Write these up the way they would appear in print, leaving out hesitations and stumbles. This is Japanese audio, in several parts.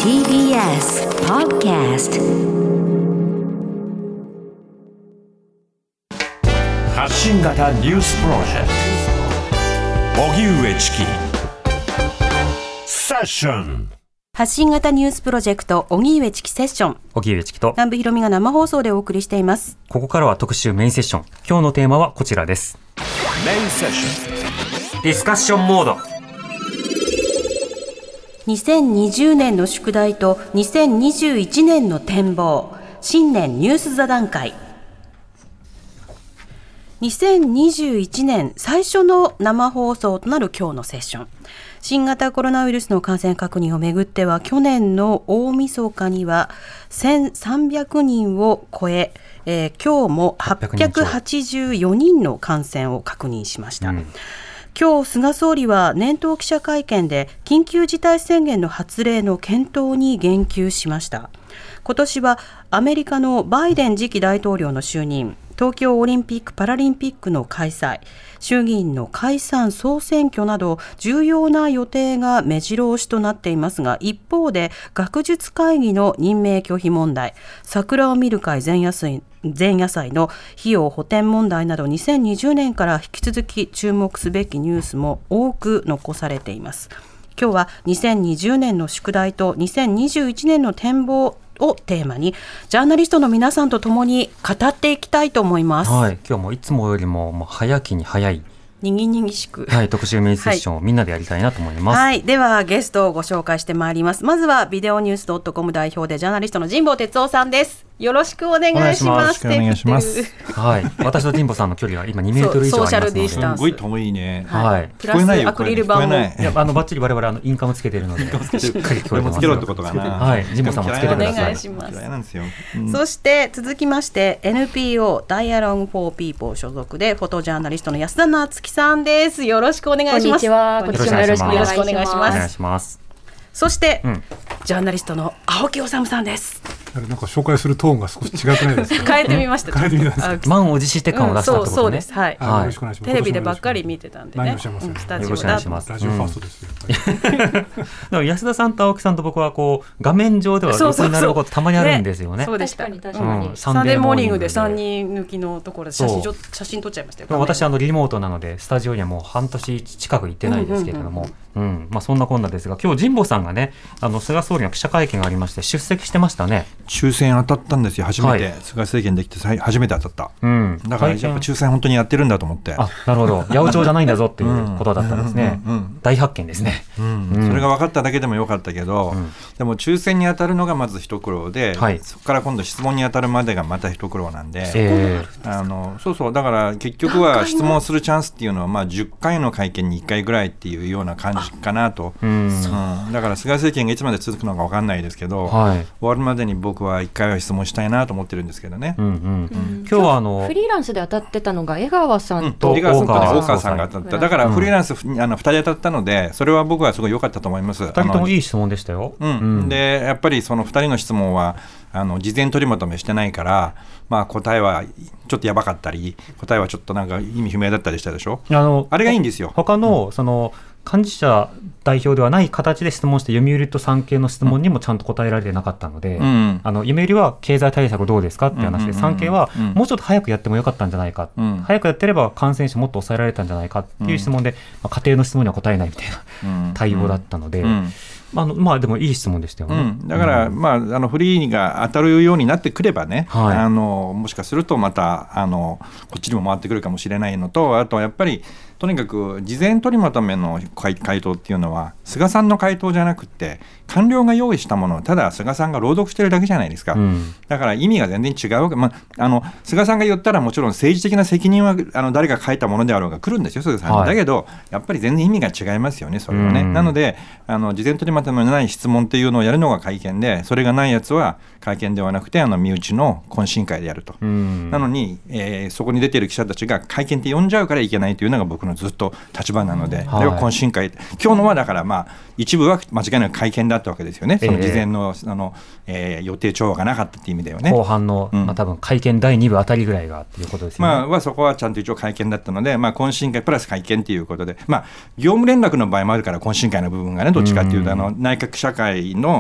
TBS Podcast 発信型ニュースプロジェクト荻上チキセッション。 発信型ニュースプロジェクト荻上チキセッション。 荻上チキと南部ひろみが生放送でお送りしています。 ここからは特集メインセッション。今日のテーマはこちらです。 メインセッションディスカッションモード。 2020年の宿題と2021年の展望、新年ニュース座談会。2021年最初の生放送となる今日のセッション。新型コロナウイルスの感染確認をめぐっては、去年の大晦日には1300人を超え、今日も884人の感染を確認しました。今日菅総理は年頭記者会見で緊急事態宣言の発令の検討に言及しました。今年はアメリカのバイデン次期大統領の就任、東京オリンピック・パラリンピックの開催、衆議院の解散総選挙など重要な予定が目白押しとなっていますが、一方で学術会議の任命拒否問題、桜を見る会前夜祭の費用補填問題など2020年から引き続き注目すべきニュースも多く残されています。今日は2020年の宿題と2021年の展望をテーマにジャーナリストの皆さんと共に語っていきたいと思います。 はい、今日もいつもよりも早きに早いにぎにぎしく、 特集メインセッションをみんなでやりたいなと思います。 はい、ではゲストをご紹介してまいります。まずはビデオニュース .com 代表でジャーナリストの神保哲夫さんです。よろしくお願いします。 お願いします。 はい、私と神保さんの距離は今2メートル以上ありますので、 ソーシャルディスタンス、 すごい遠いね。 はい、 プラスアクリル板もバッチリ我々インカムつけているのでしっかり聞こえてます。 つけろってことかな。 はい、神保さんもつけてください。 お願いします。 嫌いなんですよ。 そして続きまして NPO ダイアログフォーピーポー所属でフォトジャーナリストの安田なつきさんです。よろしくお願いします。 こんにちは。今年もよろしくお願いします。 お願いします。 お願いします。 そして、ジャーナリストの青木治さんです。 なんか紹介するトーンが少し違くないですか？ 変えてみました。 変えてみました。 満を持して感を出したってことね。 そうです。はい。 よろしくお願いします。 テレビでばっかり見てたんでね。 スタジオよろしくお願いします。 ラジオファーストですよ。 だから安田さんと青木さんと僕はこう画面上では横になることたまにあるんですよね。 そうでした。 確かに。 サンデーモーニングで3人抜きのところで写真撮っちゃいましたよ。 私リモートなのでスタジオにはもう半年近く行ってないですけれども、そんなこんなですが、今日神保さんがね、菅総理の記者会見がありまして出席してましたね。 抽選当たったんですよ。初めて、菅政権できて初めて当たった。だからやっぱ抽選本当にやってるんだと思って。 なるほど。八百長じゃないんだぞっていうことだったんですね。大発見ですね。 それが分かっただけでもよかったけど、でも抽選に当たるのがまず一苦労で、そこから今度質問に当たるまでがまた一苦労なんで、そうだから結局は質問するチャンスっていうのは10回の会見に1回ぐらいっていうような感じかなと。だから菅政権がいつまで続くのか分かんないですけど、終わるまでに僕は1回は質問したいなと思ってるんですけどね。 今日はフリーランスで当たってたのが江川さんと大川さんが当たった。だからフリーランス2人当たったので、それは僕はすごい良かったと思います。 2人ともいい質問でしたよ。 でやっぱりその2人の質問は事前取りまとめしてないから、答えはちょっとやばかったり、答えはちょっとなんか意味不明だったりしたでしょ。あれがいいんですよ。 他のその幹事社代表ではない形で質問して、読売と産経の質問にもちゃんと答えられてなかったので、読売は経済対策どうですかっていう話で、産経はもうちょっと早くやってもよかったんじゃないか、早くやってれば感染者もっと抑えられたんじゃないかっていう質問で、家庭の質問には答えないみたいな対応だったので、でもいい質問でしたよね。 だから、フリーが当たるようになってくればね、もしかするとまたこっちにも回ってくるかもしれないのと、あとやっぱりとにかく事前取りまとめの回答っていうのは菅さんの回答じゃなくて官僚が用意したものをただ菅さんが朗読してるだけじゃないですか。だから意味が全然違うわけ。菅さんが言ったらもちろん政治的な責任は誰が書いたものであろうが来るんですよ、菅さん。だけどやっぱり全然意味が違いますよね、それはね。なので事前取りまとめのない質問っていうのをやるのが会見で、それがないやつは会見ではなくて身内の懇親会でやると。なのに、そこに出ている記者たちが会見って呼んじゃうからいけないというのが僕のずっと立場なので、あれは懇親会、今日のはだから一部は間違いなく会見だったわけですよね。その事前の、予定調和がなかったっていう意味だよね。 後半の、多分会見第2部あたりぐらいがっていうことですよね。 そこはちゃんと一応会見だったので、懇親会プラス会見ということで、業務連絡の場合もあるから懇親会の部分がね、どっちかっていうと内閣記者会の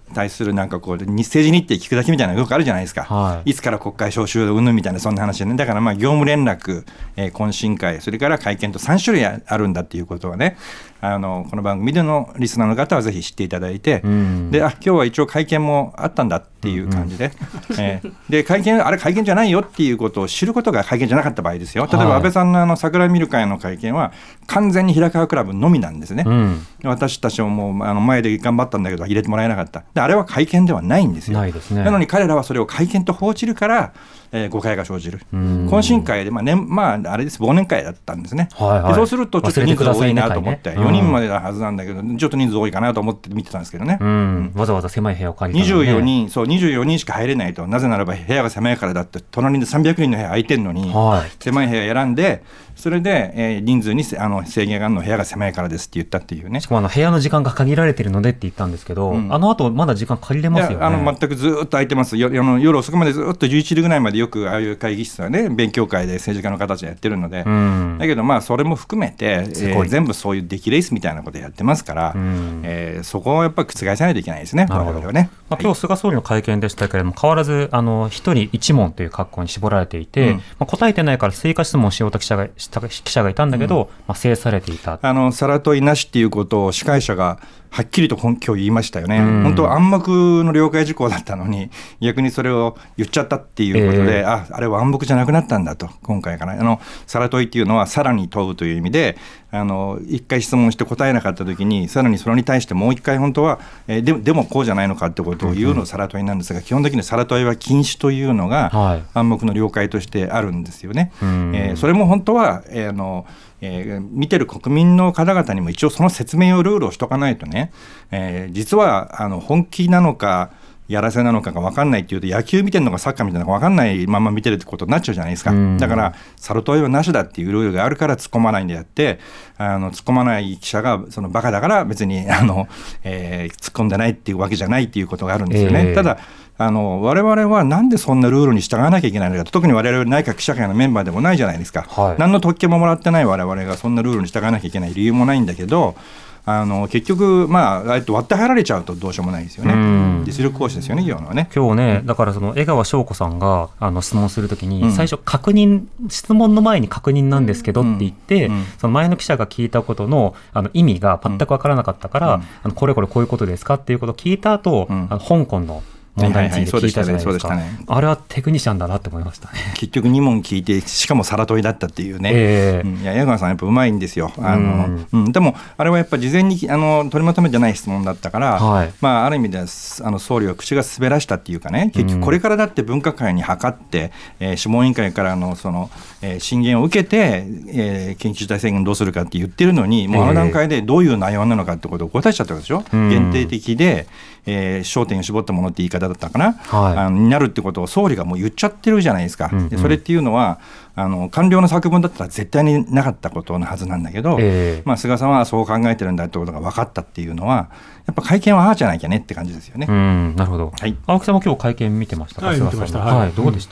対するなんかこう政治日程聞くだけみたいなのよくあるじゃないですか、いつから国会召集うんぬんみたいなそんな話でね。だから業務連絡、懇親会、それから会見と3種類あるんだっていうことはね、この番組でのリスナーの方はぜひ知っていただいて、で今日は一応会見もあったんだっていう感じで、で会見じゃないよっていうことを知ることが会見じゃなかった場合ですよ。例えば安倍さんの桜見る会の会見は完全に平川クラブのみなんですね、私たちももう前で頑張ったんだけど入れてもらえなかった。であれは会見ではないんですよ。ないですね。なのに彼らはそれを会見と報じるから、誤解が生じる。懇親会で、あれです忘年会だったんですね、でそうするとちょっと人数多いなと思って、4人までのはずなんだけどちょっと人数多いかなと思って見てたんですけどね、 わざわざ狭い部屋を借りたのね、 24人しか入れないと。なぜならば部屋が狭いからだって。隣に300人の部屋空いてるのに、狭い部屋選んで、それで、人数に制限があるの部屋が狭いからですって言ったっていうね。 しかも部屋の時間が限られてるのでって言ったんですけど、あの後まだ時間借りれますよね。 全くずっと空いてます。夜遅くまでずっと11時ぐらいまでよくああいう会議室はね、勉強会で政治家の方たちがやってるので、だけどそれも含めて、全部そういう出来レースみたいなことやってますから、そこをやっぱり覆さないといけないですね。我々はね。 今日菅総理の会見でしたけれども、変わらず一人一問という格好に絞られていて、答えてないから追加質問しようと記者がいたんだけど、制されていた。 さら問いなしっていうことを司会者がはっきりと今日言いましたよね。本当は暗黙の了解事項だったのに逆にそれを言っちゃったっていうことで、あれは暗黙じゃなくなったんだと。今回からさら問いっていうのはさらに問うという意味で、一回質問して答えなかったときにさらにそれに対してもう一回本当は、でもこうじゃないのかってことを言うのがさら問いなんですが、基本的にさら問いは禁止というのが暗黙の了解としてあるんですよね。それも本当は見てる国民の方々にも一応その説明をルールをしとかないとね、実は本気なのかやらせなのかが分かんないっていうと、野球見てるのかサッカー見てるのか分かんないまま見てるってことになっちゃうじゃないですか。だからサル問いはなしだっていうルールがあるから突っ込まないんであって、突っ込まない記者がそのバカだから別に突っ込んでないっていうわけじゃないっていうことがあるんですよね。ただ我々はなんでそんなルールに従わなきゃいけないのかと。特に我々内閣記者会のメンバーでもないじゃないですか、何の特権ももらってない我々がそんなルールに従わなきゃいけない理由もないんだけど、結局割って入られちゃうとどうしようもないですよね。実力行使ですよね、今日ね。 今日ね、だから江川紹子さんが質問するときに、最初質問の前に確認なんですけどって言って、その前の記者が聞いたことの意味が全く分からなかったから、これこういうことですかっていうことを聞いた後、香港の問題について聞いたじゃないですか。あれはテクニシャンだなって思いましたね。 結局2問聞いて、しかもさら問いだったっていうね、江川さんやっぱうまいんですよ。でもあれはやっぱり事前に取りまとめてない質問だったから、ある意味で総理は口が滑らしたっていうかね、結局これからだって分科会に諮って、諮問委員会からの進言を受けて、緊急事態宣言どうするかって言ってるのに、もう段階でどういう内容なのかってことを答えちゃったわけでしょ。限定的で、焦点を絞ったものって言い方だったかな、になるってことを総理がもう言っちゃってるじゃないですか。でそれっていうのは官僚の作文だったら絶対になかったことのはずなんだけど、菅さんはそう考えてるんだってことが分かったっていうのは、やっぱ会見はああじゃなきゃねって感じですよね。 なるほど、青木さんも今日会見見てましたか？ 見てました。 どうでした？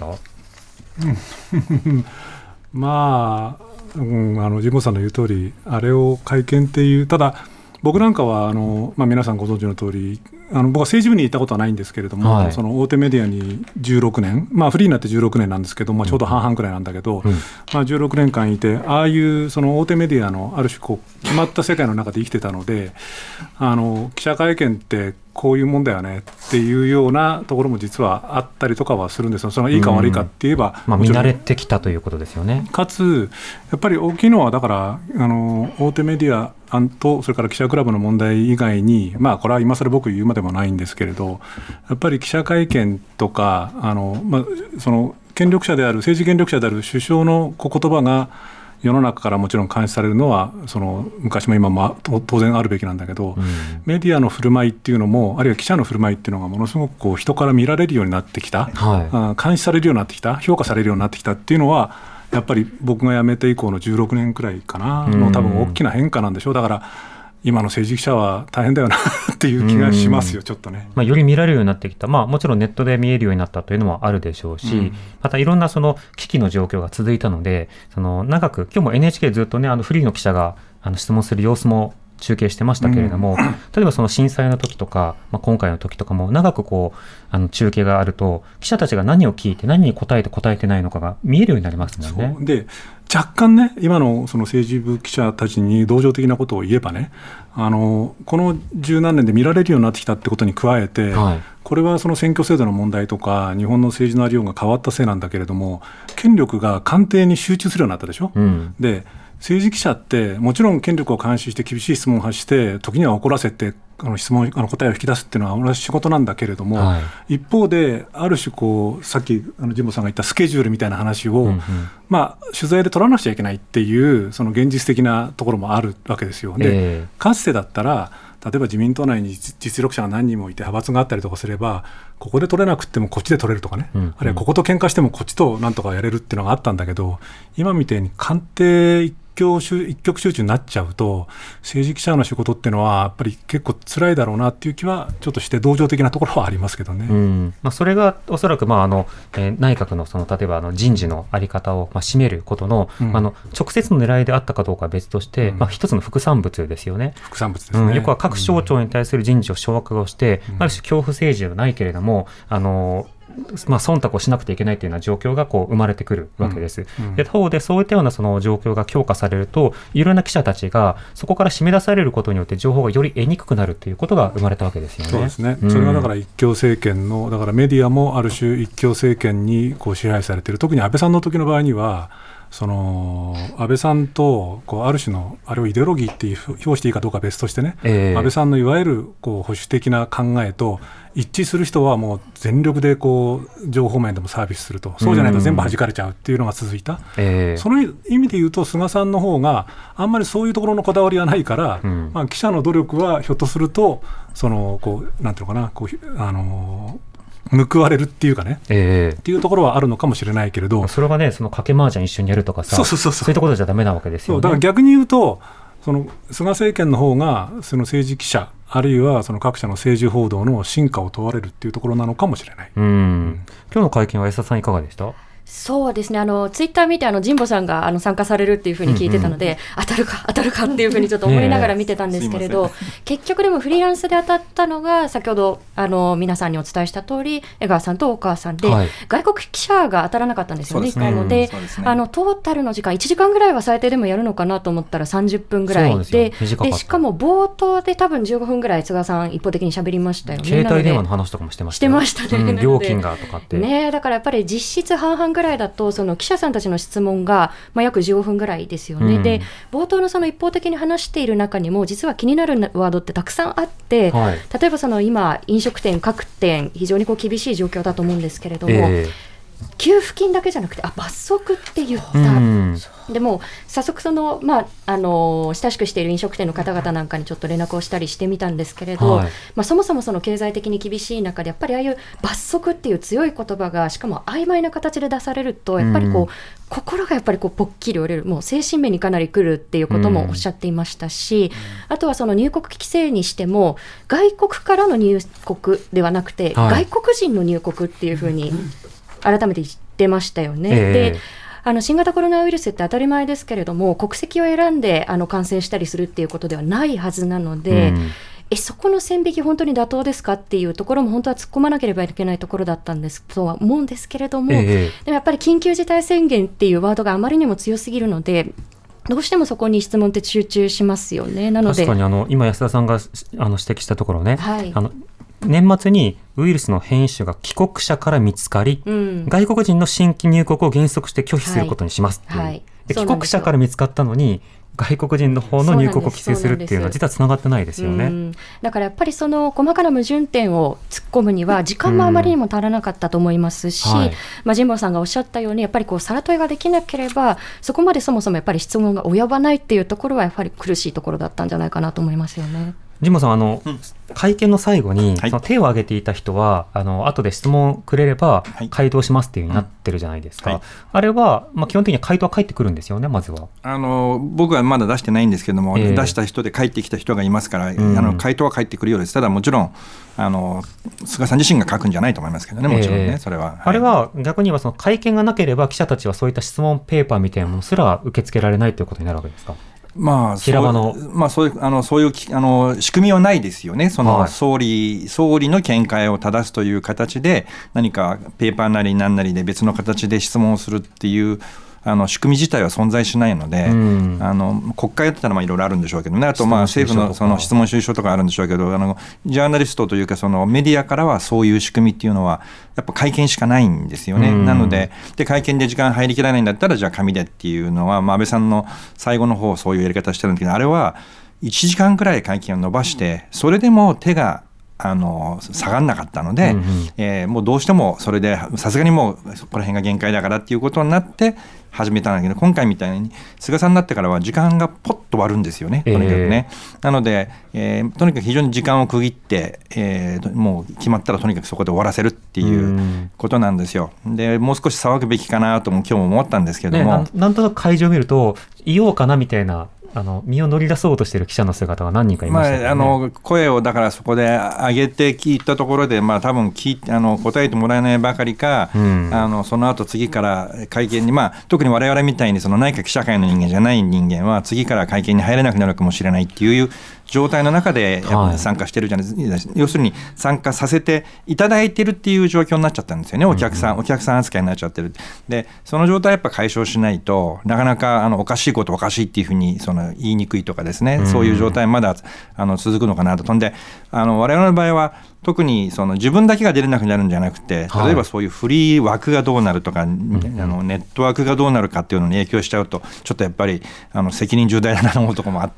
神保さんの言う通り、あれを会見っていう、ただ僕なんかは皆さんご存知の通り、僕は政治部に行ったことはないんですけれども、その大手メディアに16年、フリーになって16年なんですけど、ちょうど半々くらいなんだけど、16年間いて、ああいうその大手メディアのある種決まった世界の中で生きてたので、記者会見ってこういうもんだよねっていうようなところも実はあったりとかはするんですよ。そのいいか悪いかって言えば、 見慣れてきたということですよね。 かつやっぱり大きいのは、だから大手メディアとそれから記者クラブの問題以外に、これは今更僕言うまでもないんですけれど、やっぱり記者会見とかその権力者である、政治権力者である首相の言葉が世の中からもちろん監視されるのは昔も今も当然あるべきなんだけど、メディアの振る舞いっていうのも、あるいは記者の振る舞いっていうのがものすごく人から見られるようになってきた、監視されるようになってきた、評価されるようになってきたっていうのは、やっぱり僕が辞めて以降の16年くらいかなの多分大きな変化なんでしょう。だから今の政治記者は大変だよなっていう気がしますよ、ちょっとね。 より見られるようになってきた、もちろんネットで見えるようになったというのもあるでしょうし、またいろんな危機の状況が続いたので、長く今日も NHK ずっとね、フリーの記者が質問する様子も中継してましたけれども、例えばその震災の時とか、今回の時とかも長く中継があると記者たちが何を聞いて何に答えてないのかが見えるようになりますもんね。 で若干ね、今のその政治部記者たちに同情的なことを言えばね、この十何年で見られるようになってきたってことに加えて、これはその選挙制度の問題とか日本の政治のありようが変わったせいなんだけれども、権力が官邸に集中するようになったでしょ。で政治記者ってもちろん権力を監視して厳しい質問を発して時には怒らせて答えを引き出すっていうのは同じ仕事なんだけれども、一方である種さっき神保さんが言ったスケジュールみたいな話を、取材で取らなくちゃいけないっていうその現実的なところもあるわけですよ。でかつてだったら例えば自民党内に実力者が何人もいて派閥があったりとかすれば、ここで取れなくてもこっちで取れるとかね、あるいはここと喧嘩してもこっちとなんとかやれるっていうのがあったんだけど、今みたいに官邸一極集中になっちゃうと政治記者の仕事っていうのはやっぱり結構辛いだろうなっていう気はちょっとして同情的なところはありますけどね。 それがおそらく内閣の例えば人事の在り方を占めることの、直接の狙いであったかどうかは別として、一つの副産物ですよね。 副産物ですね。 よくは各省庁に対する人事を掌握をして、ある種恐怖政治ではないけれども忖度をしなくてはいけないというような状況が生まれてくるわけです。で他方でそういったようなその状況が強化されると、いろんな記者たちがそこから締め出されることによって情報がより得にくくなるということが生まれたわけですよね。 そうですね。それがだから一強政権の、だからメディアもある種一強政権に支配されている。特に安倍さんの時の場合には安倍さんとある種のあれをイデオロギーって表していいかどうかは別としてね、安倍さんのいわゆる保守的な考えと一致する人はもう全力で情報面でもサービスすると、そうじゃないと全部弾かれちゃうっていうのが続いた。その意味で言うと菅さんの方があんまりそういうところのこだわりはないから、記者の努力はひょっとするとなんていうのかな、報われるっていうかね、っていうところはあるのかもしれないけれど、 それがね、その賭け麻雀一緒にやるとかさ、そういったことじゃダメなわけですよね。 だから逆に言うと菅政権の方がその政治記者あるいはその各社の政治報道の真価を問われるっていうところなのかもしれない。 今日の会見は安田さんいかがでした？ そうですね、ツイッター見て神保さんが参加されるっていうふうに聞いてたので、当たるかっていうふうにちょっと思いながら見てたんですけれど、結局でもフリーランスで当たったのが先ほど皆さんにお伝えした通り江川さんと大川さんで、外国記者が当たらなかったんですよね。トータルの時間1時間ぐらいは最低でもやるのかなと思ったら30分ぐらい でしかも冒頭で多分15分ぐらい菅さん一方的に喋りましたよね。 携帯電話の話とかもしてましたね。料金がとかってね。だからやっぱり実質半々ぐらいだとその記者さんたちの質問が、約15分ぐらいですよね。で冒頭のその一方的に話している中にも実は気になるワードってたくさんあって、例えば今飲食店各店非常に厳しい状況だと思うんですけれども、給付金だけじゃなくて罰則って言った、でも早速親しくしている飲食店の方々なんかにちょっと連絡をしたりしてみたんですけれど、そもそもその経済的に厳しい中でやっぱりああいう罰則っていう強い言葉がしかも曖昧な形で出されるとやっぱり心がやっぱりぽっきり折れる、もう精神面にかなり来るっていうこともおっしゃっていましたし、あとはその入国規制にしても外国からの入国ではなくて、外国人の入国っていうふうに改めて言ってましたよね。で新型コロナウイルスって当たり前ですけれども国籍を選んで感染したりするっていうことではないはずなので、そこの線引き本当に妥当ですかっていうところも本当は突っ込まなければいけないところだったんですとは思うんですけれども、でもやっぱり緊急事態宣言っていうワードがあまりにも強すぎるのでどうしてもそこに質問って集中しますよね。なので確かに今安田さんが指摘したところね、年末にウイルスの変異種が帰国者から見つかり、外国人の新規入国を原則して拒否することにしますっていう、で帰国者から見つかったのに外国人の方の入国を規制するっていうのは実はつながってないですよね。 だからやっぱりその細かな矛盾点を突っ込むには時間もあまりにも足らなかったと思いますし、神保さんがおっしゃったようにやっぱりさら問いができなければそこまでそもそもやっぱり質問が及ばないっていうところはやっぱり苦しいところだったんじゃないかなと思いますよね。 神保さん会見の最後に、その手を挙げていた人は後で質問くれれば回答しますっていう風になってるじゃないですか、あれは、基本的には回答は返ってくるんですよね。まずは僕はまだ出してないんですけども、出した人で返ってきた人がいますから、回答は返ってくるようです。ただもちろん菅さん自身が書くんじゃないと思いますけどね、もちろんね、それは、 あれは逆に言えばその会見がなければ記者たちはそういった質問ペーパーみたいなものすら受け付けられないということになるわけですか？ 平場のそういう仕組みはないですよね。その総理の見解を正すという形で何かペーパーなり何なりで別の形で質問をするっていう仕組み自体は存在しないので、国会だったらいろいろあるんでしょうけどね。あと政府のその質問収書とかあるんでしょうけど、ジャーナリストというかそのメディアからはそういう仕組みっていうのはやっぱ会見しかないんですよね。なので会見で時間入りきらないんだったらじゃあ紙でっていうのは、安倍さんの最後の方そういうやり方してるんだけど、あれは1時間くらい会見を伸ばしてそれでも手が下がんなかったので、もうどうしてもそれでさすがにもうそこら辺が限界だからっていうことになって始めたんだけど、今回みたいに菅さんになってからは時間がポッと割るんですよね、とにかくね。なので、とにかく非常に時間を区切って、もう決まったらとにかくそこで終わらせるっていうことなんですよ。でもう少し騒ぐべきかなとも今日も思ったんですけども、 なんとなく会場を見ると言おうかなみたいな身を乗り出そうとしている記者の姿が何人かいましたけどね。 声をだからそこで上げて聞いたところで、多分答えてもらえないばかりか、その後次から会見に、特に我々みたいにその内閣記者会の人間じゃない人間は次から会見に入れなくなるかもしれないっていう状態の中で参加してるじゃないですか。要するに参加させていただいてるっていう状況になっちゃったんですよね。お客さん扱いになっちゃってる。でその状態やっぱ解消しないとなかなかおかしいことおかしいっていうふうに言いにくいとかですね、そういう状態まだ続くのかなと。んで我々の場合は特に自分だけが出れなくなるんじゃなくて、例えばそういうフリー枠がどうなるとか、ネットワークがどうなるかっていうのに影響しちゃうとちょっとやっぱり責任重大だなと思うところもあって、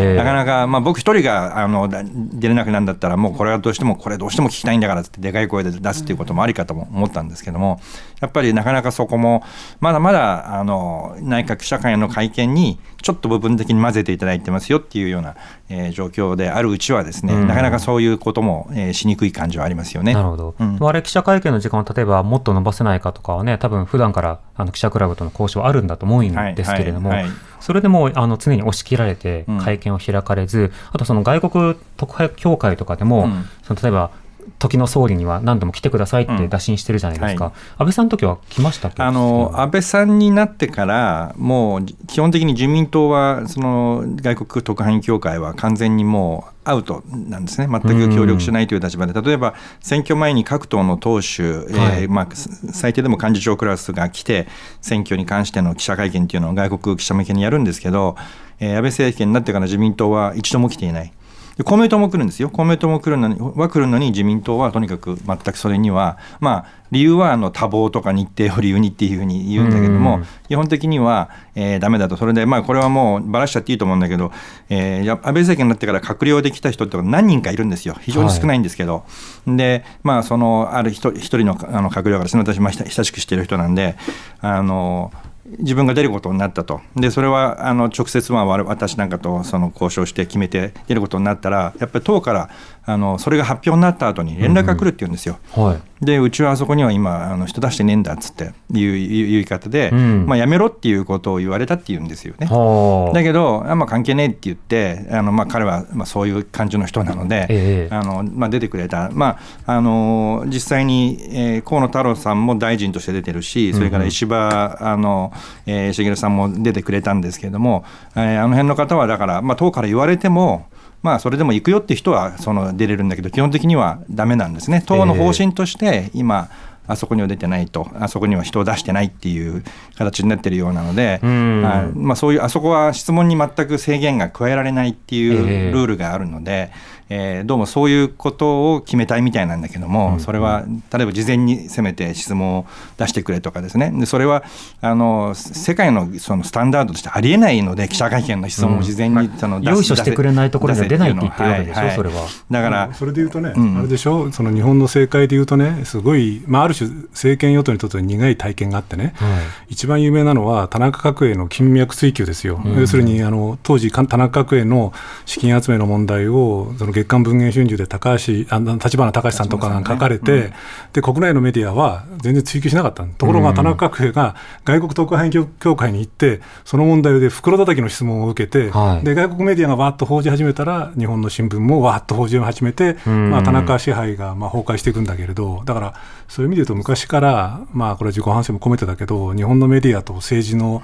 なかなか僕一人が出れなくなるんだったらもうこれどうしても聞きたいんだからってでかい声で出すっていうこともありかとも思ったんですけども、やっぱりなかなかそこもまだまだ内閣記者会の会見にちょっと部分的に混ぜていただいてますよっていうような、状況であるうちはですね、なかなかそういうことも、しにくい感じはありますよね。 なるほど。あれ記者会見の時間を例えばもっと伸ばせないかとかはね、多分普段から記者クラブとの交渉あるんだと思うんですけれども、それでも常に押し切られて会見を開かれず、あとその外国特派協会とかでも、例えば時の総理には何度も来てくださいって打診してるじゃないですか。安倍さんの時は来ましたっけ？ 安倍さんになってからもう基本的に自民党はその外国特派員協会は完全にもうアウトなんですね。全く協力しないという立場で、例えば選挙前に各党の党首、最低でも幹事長クラスが来て選挙に関しての記者会見っていうのを外国記者向けにやるんですけど、安倍政権になってから自民党は一度も来ていない。公明党も来るんですよ。公明党も来るのに自民党はとにかく全くそれには、理由は多忙とか日程を理由にっていうふうに言うんだけども、基本的には、ダメだと。それでこれはもうばらしちゃっていいと思うんだけど、安倍政権になってから閣僚で来た人って何人かいるんですよ。非常に少ないんですけど、である一人の閣僚がですね、私親しくしている人なんで自分が出ることになったと。でそれは直接私なんかと交渉して決めて出ることになったら、やっぱり党からそれが発表になった後に連絡が来るっていうんですよ。でうちはあそこには今人出してねえんだっつっていう言い方で、やめろっていうことを言われたっていうんですよね。だけど関係ねえって言って彼はそういう感じの人なので、出てくれた。実際に、河野太郎さんも大臣として出てるし、それから石破茂さんも出てくれたんですけれども、辺の方はだから党から言われてもそれでも行くよって人は出れるんだけど、基本的にはダメなんですね。党の方針として今あそこには出てないと、あそこには人を出してないっていう形になっているようなので、そういうあそこは質問に全く制限が加えられないっていうルールがあるので、どうもそういうことを決めたいみたいなんだけども、それは例えば事前にせめて質問を出してくれとかですね。でそれは世界のスタンダードとしてありえないので、記者会見の質問を事前に用意してくれないところには出ないって言ってるわけでしょ。それはだからそれで言うとね、あれでしょ、日本の政界で言うとね、すごい、ある種政権与党にとって苦い体験があってね、一番有名なのは田中角栄の金脈追及ですよ。要するに当時田中角栄の資金集めの問題を月刊文藝春秋で立花隆さんとかが書かれて、で国内のメディアは全然追及しなかった。ところが田中角栄が外国特派員協会に行ってその問題で袋叩きの質問を受けて、で外国メディアがわーっと報じ始めたら日本の新聞もわーっと報じ始めて、田中支配が崩壊していくんだけれど、だからそういう意味で言うと昔から、これは自己反省も込めてだけど、日本のメディアと政治の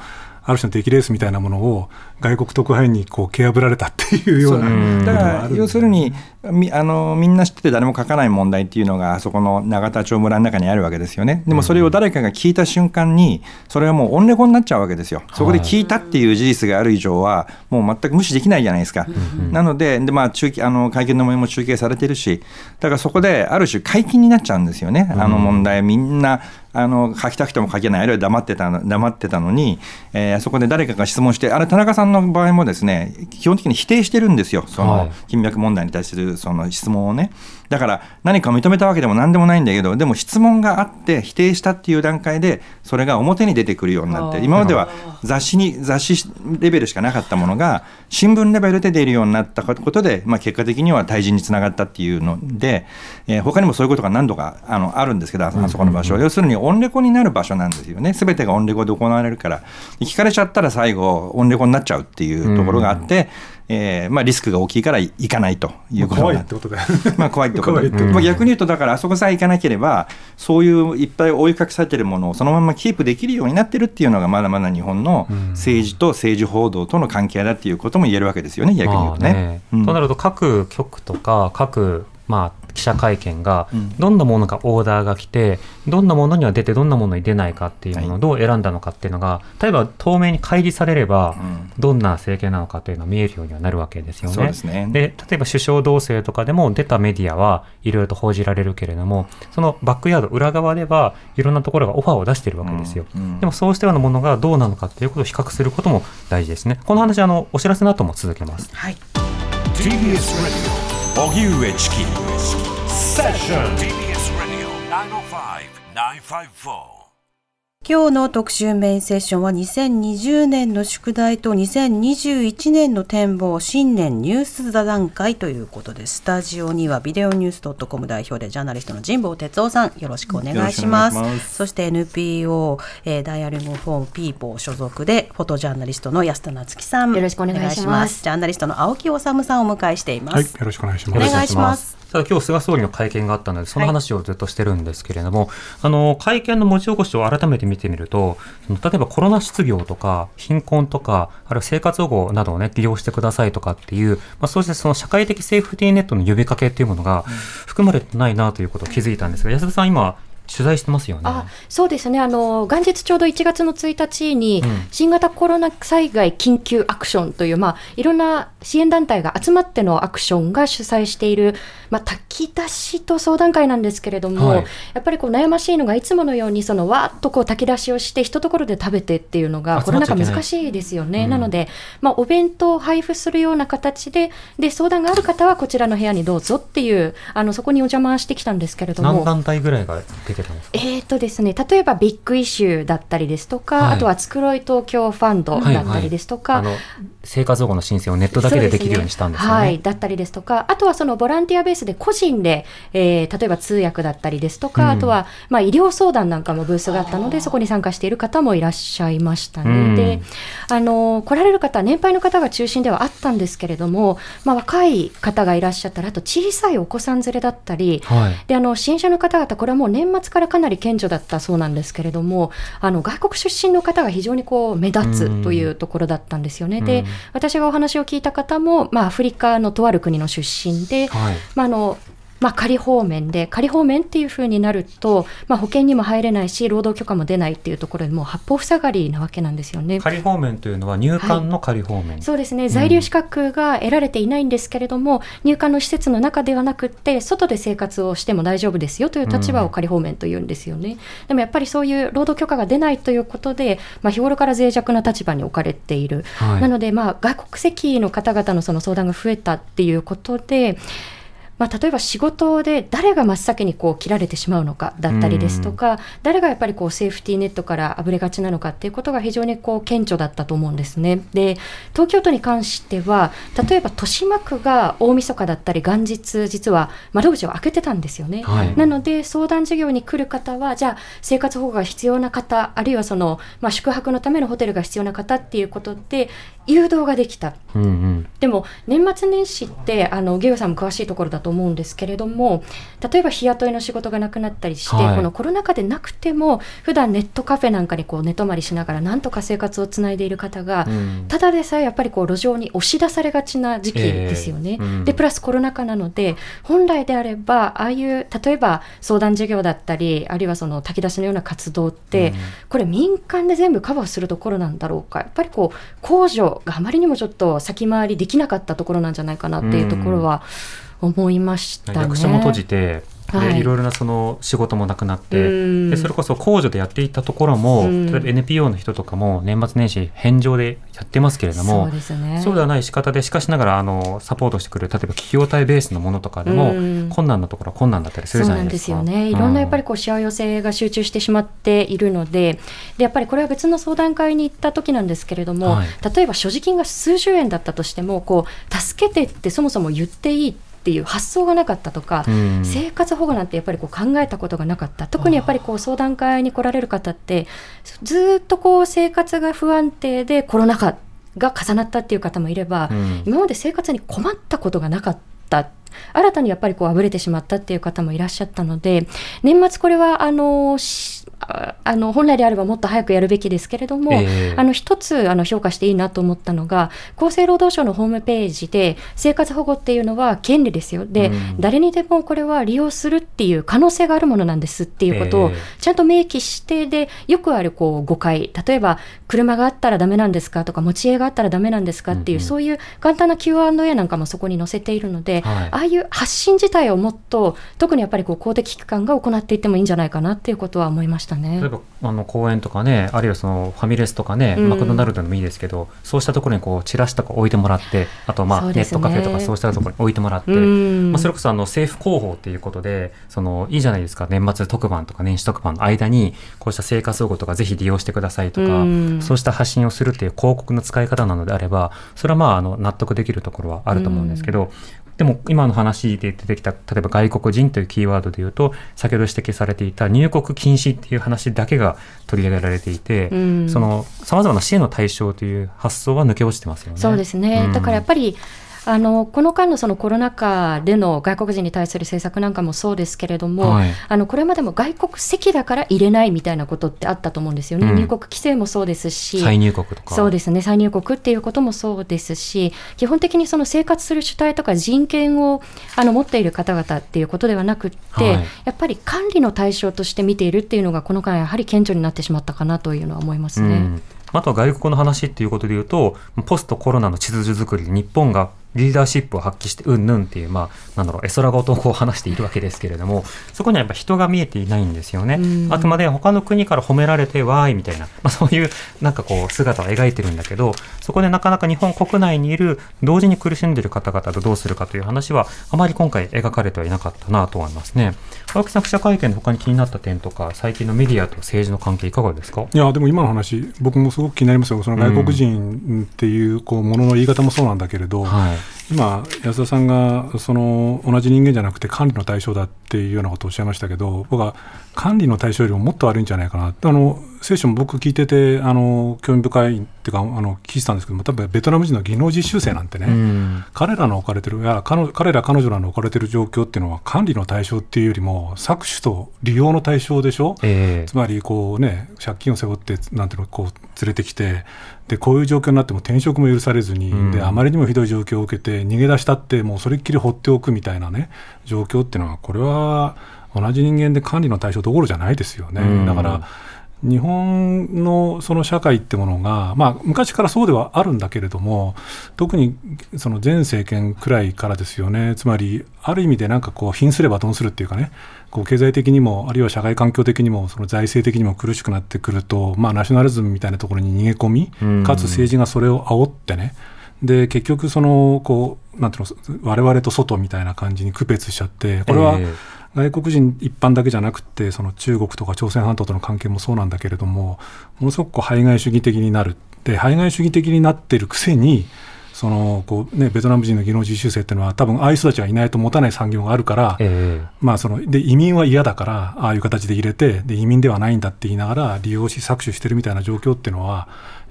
ある種の出来レースみたいなものを外国特派員にこう蹴破られたっていうような、 だから要するにみんな知ってて誰も書かない問題っていうのがあそこの永田町村の中にあるわけですよね。でもそれを誰かが聞いた瞬間にそれはもうオンレコになっちゃうわけですよ。そこで聞いたっていう事実がある以上はもう全く無視できないじゃないですか。なので、会見の模様も中継されてるし、だからそこである種解禁になっちゃうんですよね。問題みんな書きたくても書けない、あるいは黙ってたのに、そこで誰かが質問して、田中さんの場合もですね、基本的に否定してるんですよ、その金脈問題に対するその質問をね。だから何か認めたわけでも何でもないんだけど、でも質問があって否定したっていう段階でそれが表に出てくるようになって、今までは雑誌レベルしかなかったものが新聞レベルで出るようになったことで、結果的には退陣につながったっていうので、他にもそういうことが何度かあるんですけど、あそこの場所、要するにオンレコになる場所なんですよね。全てがオンレコで行われるから、聞かれちゃったら最後オンレコになっちゃうっていうところがあって、リスクが大きいから行かないということ怖いってことだよ怖いってことで、逆に言うと、だからあそこさえ行かなければそういういっぱい追いかけされてるものをそのままキープできるようになってるっていうのがまだまだ日本の政治と政治報道との関係だっていうことも言えるわけですよね、逆に言うとね。 となると各局とか各記者会見がどんなものがオーダーが来て、どんなものには出てどんなものに出ないかっていうものをどう選んだのかっていうのが、例えば透明に開示されればどんな政権なのかというのが見えるようにはなるわけですよね。 そうですね。 で、例えば首相同棲とかでも出たメディアはいろいろと報じられるけれども、そのバックヤード裏側ではいろんなところがオファーを出しているわけですよ。でもそうしたようなものがどうなのかということを比較することも大事ですね。この話お知らせの後も続けます。 はい。 TBS Radio 荻上チキセッション TBS Radio 905-954。 今日の特集メインセッションは2020年の宿題と2021年の展望、新年ニュース座談会ということで、スタジオにはビデオニュース .com 代表でジャーナリストの神保哲夫さん、よろしくお願いします。そして NPO、ダイアリングフォームピーポー所属でフォトジャーナリストの安田夏樹さん、 よろしくお願いします。 ジャーナリストの青木治さんをお迎えしています。 はい、よろしくお願いします。 お願いします。 ただ今日菅総理の会見があったのでその話をずっとしてるんですけれども、会見の文字起こしを改めて見てみると、例えばコロナ失業とか貧困とか、あるいは生活保護などをね利用してくださいとかっていう、そうしてその社会的セーフティーネットの呼びかけっていうものが含まれてないなということを気づいたんですが、安田さん今取材してますよね。 そうですね。元日ちょうど1月の1日に新型コロナ災害緊急アクションという、いろんな支援団体が集まってのアクションが主催している、炊き出しと相談会なんですけれども、やっぱり悩ましいのがいつものようにわーっと炊き出しをして一ところで食べてっていうのがコロナ禍難しいですよね。なので、お弁当を配布するような形で相談がある方はこちらの部屋にどうぞっていう、そこにお邪魔してきたんですけれども、 何団体ぐらいが出てたんですか？ ですね、例えばビッグイシューだったりですとか、あとはつくろい東京ファンドだったりですとか、 生活保護の申請をネットだけでできるようにしたんですよね。 だったりですとか、あとはそのボランティアベースで個人で、例えば通訳だったりですとか、あとは医療相談なんかもブースがあったのでそこに参加している方もいらっしゃいましたね。で、来られる方、年配の方が中心ではあったんですけれども、若い方がいらっしゃったら、あと小さいお子さん連れだったり、で支援者の方々、これはもう年末からかなり顕著だったそうなんですけれども、外国出身の方が非常に目立つというところだったんですよね。で、私がお話を聞いた方も、アフリカのとある国の出身で、仮放免で、仮放免っていう風になると、保険にも入れないし労働許可も出ないっていうところでもう八方塞がりなわけなんですよね。 仮放免というのは入管の仮放免、 そうですね。在留資格が得られていないんですけれども、入管の施設の中ではなくって外で生活をしても大丈夫ですよという立場を仮放免というんですよね。でもやっぱりそういう労働許可が出ないということで、日頃から脆弱な立場に置かれている、なので外国籍の方々のその相談が増えたっていうことで、例えば仕事で誰が真っ先に切られてしまうのかだったりですとか、誰がやっぱりセーフティーネットからあぶれがちなのかっていうことが非常に顕著だったと思うんですね。で、東京都に関しては例えば豊島区が大晦日だったり元日、実は窓口を開けてたんですよね。なので相談事業に来る方は、じゃあ生活保護が必要な方、あるいは宿泊のためのホテルが必要な方っていうことで誘導ができた、 うんうん、 でも年末年始ってゲオさんも詳しいところだと思うんですけれども、例えば日雇いの仕事がなくなったりして、このコロナ禍でなくても普段ネットカフェなんかに寝泊まりしながらなんとか生活をつないでいる方が、ただでさえやっぱり路上に押し出されがちな時期ですよね、でプラスコロナ禍なので、本来であればああいう例えば相談事業だったり、あるいはその炊き出しのような活動って、これ民間で全部カバーするところなんだろうか、やっぱり公助があまりにもちょっと先回りできなかったところなんじゃないかなっていうところは思いましたね。 役所も閉じて、でいろいろなその仕事もなくなって、でそれこそ公助でやっていたところも、例えば NPO の人とかも年末年始返上でやってますけれども、そうではない仕方で、しかしながらサポートしてくれる例えば企業体ベースのものとかでも、困難なところは困難だったりするじゃないですか。 そうなんですよね。いろんなやっぱりしわ寄せが集中してしまっているので、やっぱりこれは別の相談会に行った時なんですけれども、例えば所持金が数十円だったとしても助けてってそもそも言っていいっていう発想がなかったとか、生活保護なんてやっぱり考えたことがなかった。特にやっぱり相談会に来られる方ってずっと生活が不安定でコロナ禍が重なったっていう方もいれば、今まで生活に困ったことがなかった、新たにやっぱりあぶれてしまったっていう方もいらっしゃったので、年末これは本来であればもっと早くやるべきですけれども、一つ評価していいなと思ったのが、厚生労働省のホームページで生活保護っていうのは権利ですよ、で、誰にでもこれは利用するっていう可能性があるものなんですっていうことをちゃんと明記して、でよくある誤解、例えば車があったらダメなんですかとか持ち家があったらダメなんですかっていう、そういう簡単な Q&A なんかもそこに載せているので、ああいう発信自体をもっと特にやっぱり公的機関が行っていってもいいんじゃないかなっていうことは思いましたね。 例えば公園とかね、あるいはそのファミレスとかね、マクドナルドでもいいですけど、そうしたところにチラシとか置いてもらって、あとネットカフェとかそうしたところに置いてもらって、それこそ政府広報ということでいいじゃないですか、年末特番とか年始特番の間にこうした生活保護とかぜひ利用してくださいとか、そうした発信をするっていう広告の使い方なのであれば、それは納得できるところはあると思うんですけど、でも今の話で出てきた例えば外国人というキーワードでいうと、先ほど指摘されていた入国禁止っていう話だけが取り上げられていて、さまざまな支援の対象という発想は抜け落ちてますよね。 そうですね、だからやっぱりこの間のそのコロナ禍での外国人に対する政策なんかもそうですけれども、これまでも外国籍だから入れないみたいなことってあったと思うんですよね、入国規制もそうですし、 再入国とか、 そうですね、再入国っていうこともそうですし、基本的にその生活する主体とか人権を持っている方々っていうことではなくって、やっぱり管理の対象として見ているっていうのがこの間やはり顕著になってしまったかなというのは思いますね。 あとは外国の話っていうことでいうと、ポストコロナの地図作りで日本がリーダーシップを発揮してうんぬんっていう、絵空事を話しているわけですけれども、そこにはやっぱ人が見えていないんですよね。あくまで他の国から褒められてわーいみたいな、そういう姿を描いてるんだけど、そこでなかなか日本国内にいる同時に苦しんでいる方々とどうするかという話はあまり今回描かれてはいなかったなと思いますね。青木さん、記者会見で他に気になった点とか、最近のメディアと政治の関係いかがですか？ いやでも今の話僕もすごく気になりますよ。その外国人っていうものの言い方もそうなんだけれど、今安田さんが同じ人間じゃなくて管理の対象だっていうようなことをおっしゃいましたけど、僕は管理の対象よりももっと悪いんじゃないかな。聖書も僕聞いてて興味深いっていうか聞いてたんですけども、多分ベトナム人の技能実習生なんてね、彼らの置かれてる彼女らの置かれてる状況っていうのは管理の対象っていうよりも搾取と利用の対象でしょ。つまり借金を背負って連れてきて、でこういう状況になっても転職も許されずに、であまりにもひどい状況を受けて逃げ出したってもうそれっきり放っておくみたいなね状況っていうのは、これは同じ人間で管理の対象どころじゃないですよね。だから日本のその社会ってものが、昔からそうではあるんだけれども、特にその前政権くらいからですよね。つまりある意味で貧すれば鈍するっていうかね、経済的にもあるいは社会環境的にもその財政的にも苦しくなってくると、ナショナリズムみたいなところに逃げ込み、かつ政治がそれを煽ってね、で結局なんていうの、我々と外みたいな感じに区別しちゃって、これは外国人一般だけじゃなくて、その中国とか朝鮮半島との関係もそうなんだけれども、ものすごく排外主義的になる。で排外主義的になっているくせにベトナム人の技能実習生っていうのは多分ああいう人たちがいないと持たない産業があるから、で移民は嫌だからああいう形で入れて、で移民ではないんだって言いながら利用し搾取してるみたいな状況っていうのは、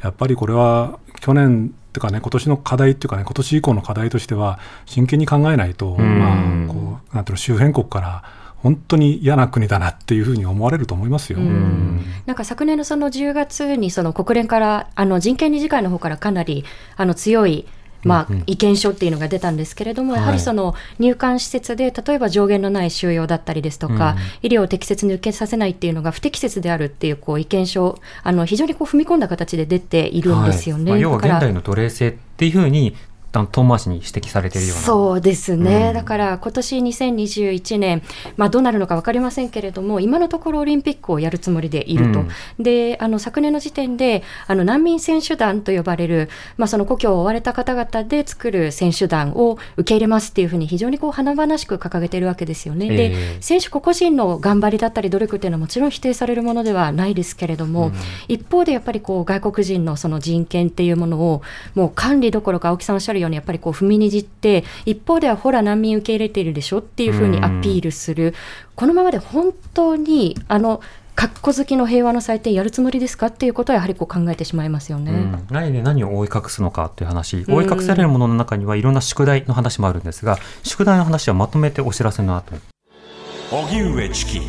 やっぱりこれは去年というかね、今年の課題というかね、今年以降の課題としては真剣に考えないと、こうなんていうの、周辺国から本当に嫌な国だなっていうふうに思われると思いますよ。 なんか昨年のその10月にその国連から人権理事会の方からかなり強い意見書っていうのが出たんですけれども、やはりその入管施設で例えば上限のない収容だったりですとか、医療を適切に受けさせないっていうのが不適切であるっていう意見書、非常に踏み込んだ形で出ているんですよね。 要は現代の奴隷制っていうふうに遠回しに指摘されているような。 そうですね、だから今年2021年、どうなるのか分かりませんけれども、今のところオリンピックをやるつもりでいると、で昨年の時点で難民選手団と呼ばれる、その故郷を追われた方々で作る選手団を受け入れますっていうふうに非常に華々しく掲げているわけですよね。で選手個々人の頑張りだったり努力っていうのはもちろん否定されるものではないですけれども、一方でやっぱり外国人のその人権っていうものをもう管理どころか、青木さんおっしゃるようにやっぱり踏みにじって、一方ではほら難民受け入れているでしょっていうふうにアピールする、このままで本当にかっこ好きの平和の祭典やるつもりですかっていうことはやはり考えてしまいますよね。 何で何を覆い隠すのかという話、覆い隠されるものの中にはいろんな宿題の話もあるんですが、宿題の話はまとめてお知らせの後。 荻上チキ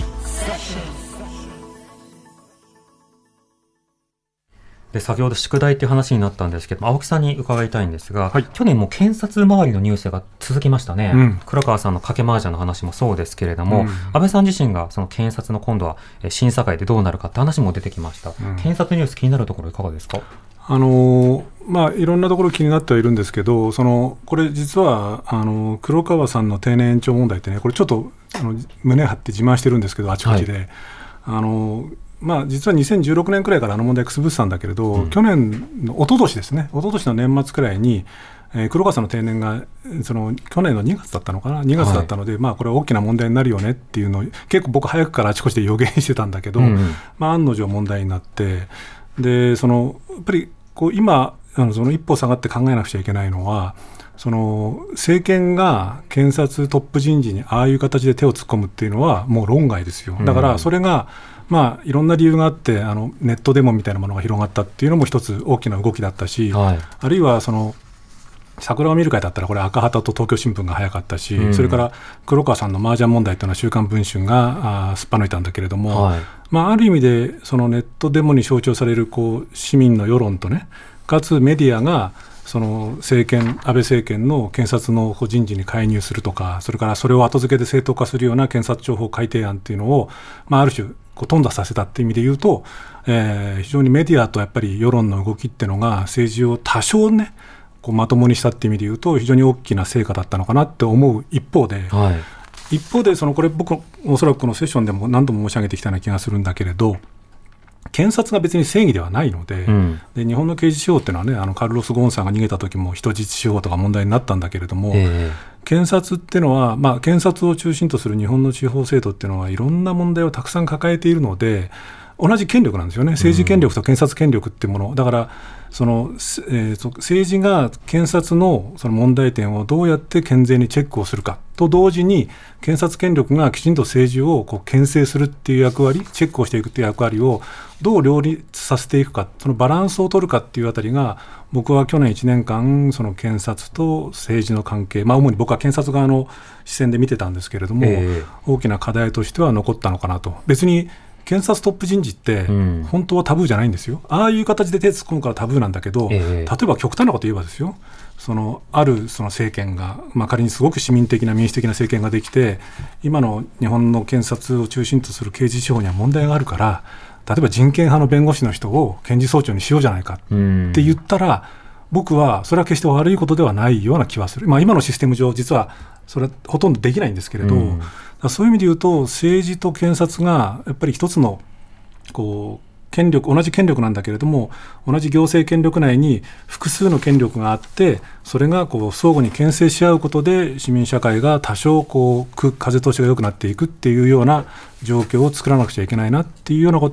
で先ほど宿題という話になったんですけど、青木さんに伺いたいんですが、去年も検察周りのニュースが続きましたね。黒川さんの賭け麻雀の話もそうですけれども、安倍さん自身がその検察の今度は審査会でどうなるかって話も出てきました。検察ニュース気になるところいかがですか？ いろんなところ気になってはいるんですけど、これ実は黒川さんの定年延長問題ってね、これちょっと胸張って自慢してるんですけど、あちこちで、実は2016年くらいから問題くすぶってたんだけれど、去年の一昨年ですね、一昨年の年末くらいに、黒川さんの定年が去年の2月だったのかな、2月だったので、これは大きな問題になるよねっていうのを結構僕早くからあちこちで予言してたんだけど、案の定問題になって、でやっぱり今一歩下がって考えなくちゃいけないのは、政権が検察トップ人事にああいう形で手を突っ込むっていうのはもう論外ですよ。だからそれがいろんな理由があってネットデモみたいなものが広がったっていうのも一つ大きな動きだったし、あるいは桜を見る会だったらこれ赤旗と東京新聞が早かったし、それから黒川さんの麻雀問題というのは週刊文春がすっぱ抜いたんだけれども、ある意味でネットデモに象徴される市民の世論とね、かつメディアが安倍政権の検察の人事に介入するとか、それからそれを後付けで正当化するような検察庁法改定案っていうのを、ある種頓挫させたっていう意味で言うと、非常にメディアとやっぱり世論の動きっていうのが政治を多少ねまともにしたっていう意味で言うと非常に大きな成果だったのかなって思う一方で、これ僕おそらくこのセッションでも何度も申し上げてきたような気がするんだけれど、検察が別に正義ではないので、で日本の刑事司法っていうのはね、カルロス・ゴーンさんが逃げた時も人質司法とか問題になったんだけれども、検察っていうのは、検察を中心とする日本の司法制度っていうのはいろんな問題をたくさん抱えているので、同じ権力なんですよね。政治権力と検察権力っていうものだから、政治が検察のその問題点をどうやって健全にチェックをするかと同時に、検察権力がきちんと政治を牽制するっていう役割、チェックをしていくっていう役割をどう両立させていくか、そのバランスを取るかっていうあたりが、僕は去年1年間その検察と政治の関係、主に僕は検察側の視線で見てたんですけれども、大きな課題としては残ったのかなと。別に検察トップ人事って本当はタブーじゃないんですよ。ああいう形で手突っ込むからタブーなんだけど、例えば極端なこと言えばですよ、ある政権が、仮にすごく市民的な民主的な政権ができて、今の日本の検察を中心とする刑事司法には問題があるから、例えば人権派の弁護士の人を検事総長にしようじゃないかって言ったら、僕はそれは決して悪いことではないような気はする。今のシステム上実はそれはほとんどできないんですけれど、そういう意味で言うと政治と検察がやっぱり一つの権力、同じ権力なんだけれども、同じ行政権力内に複数の権力があって、それが相互に牽制し合うことで市民社会が多少風通しが良くなっていくっていうような状況を作らなくちゃいけないなっていうようなことは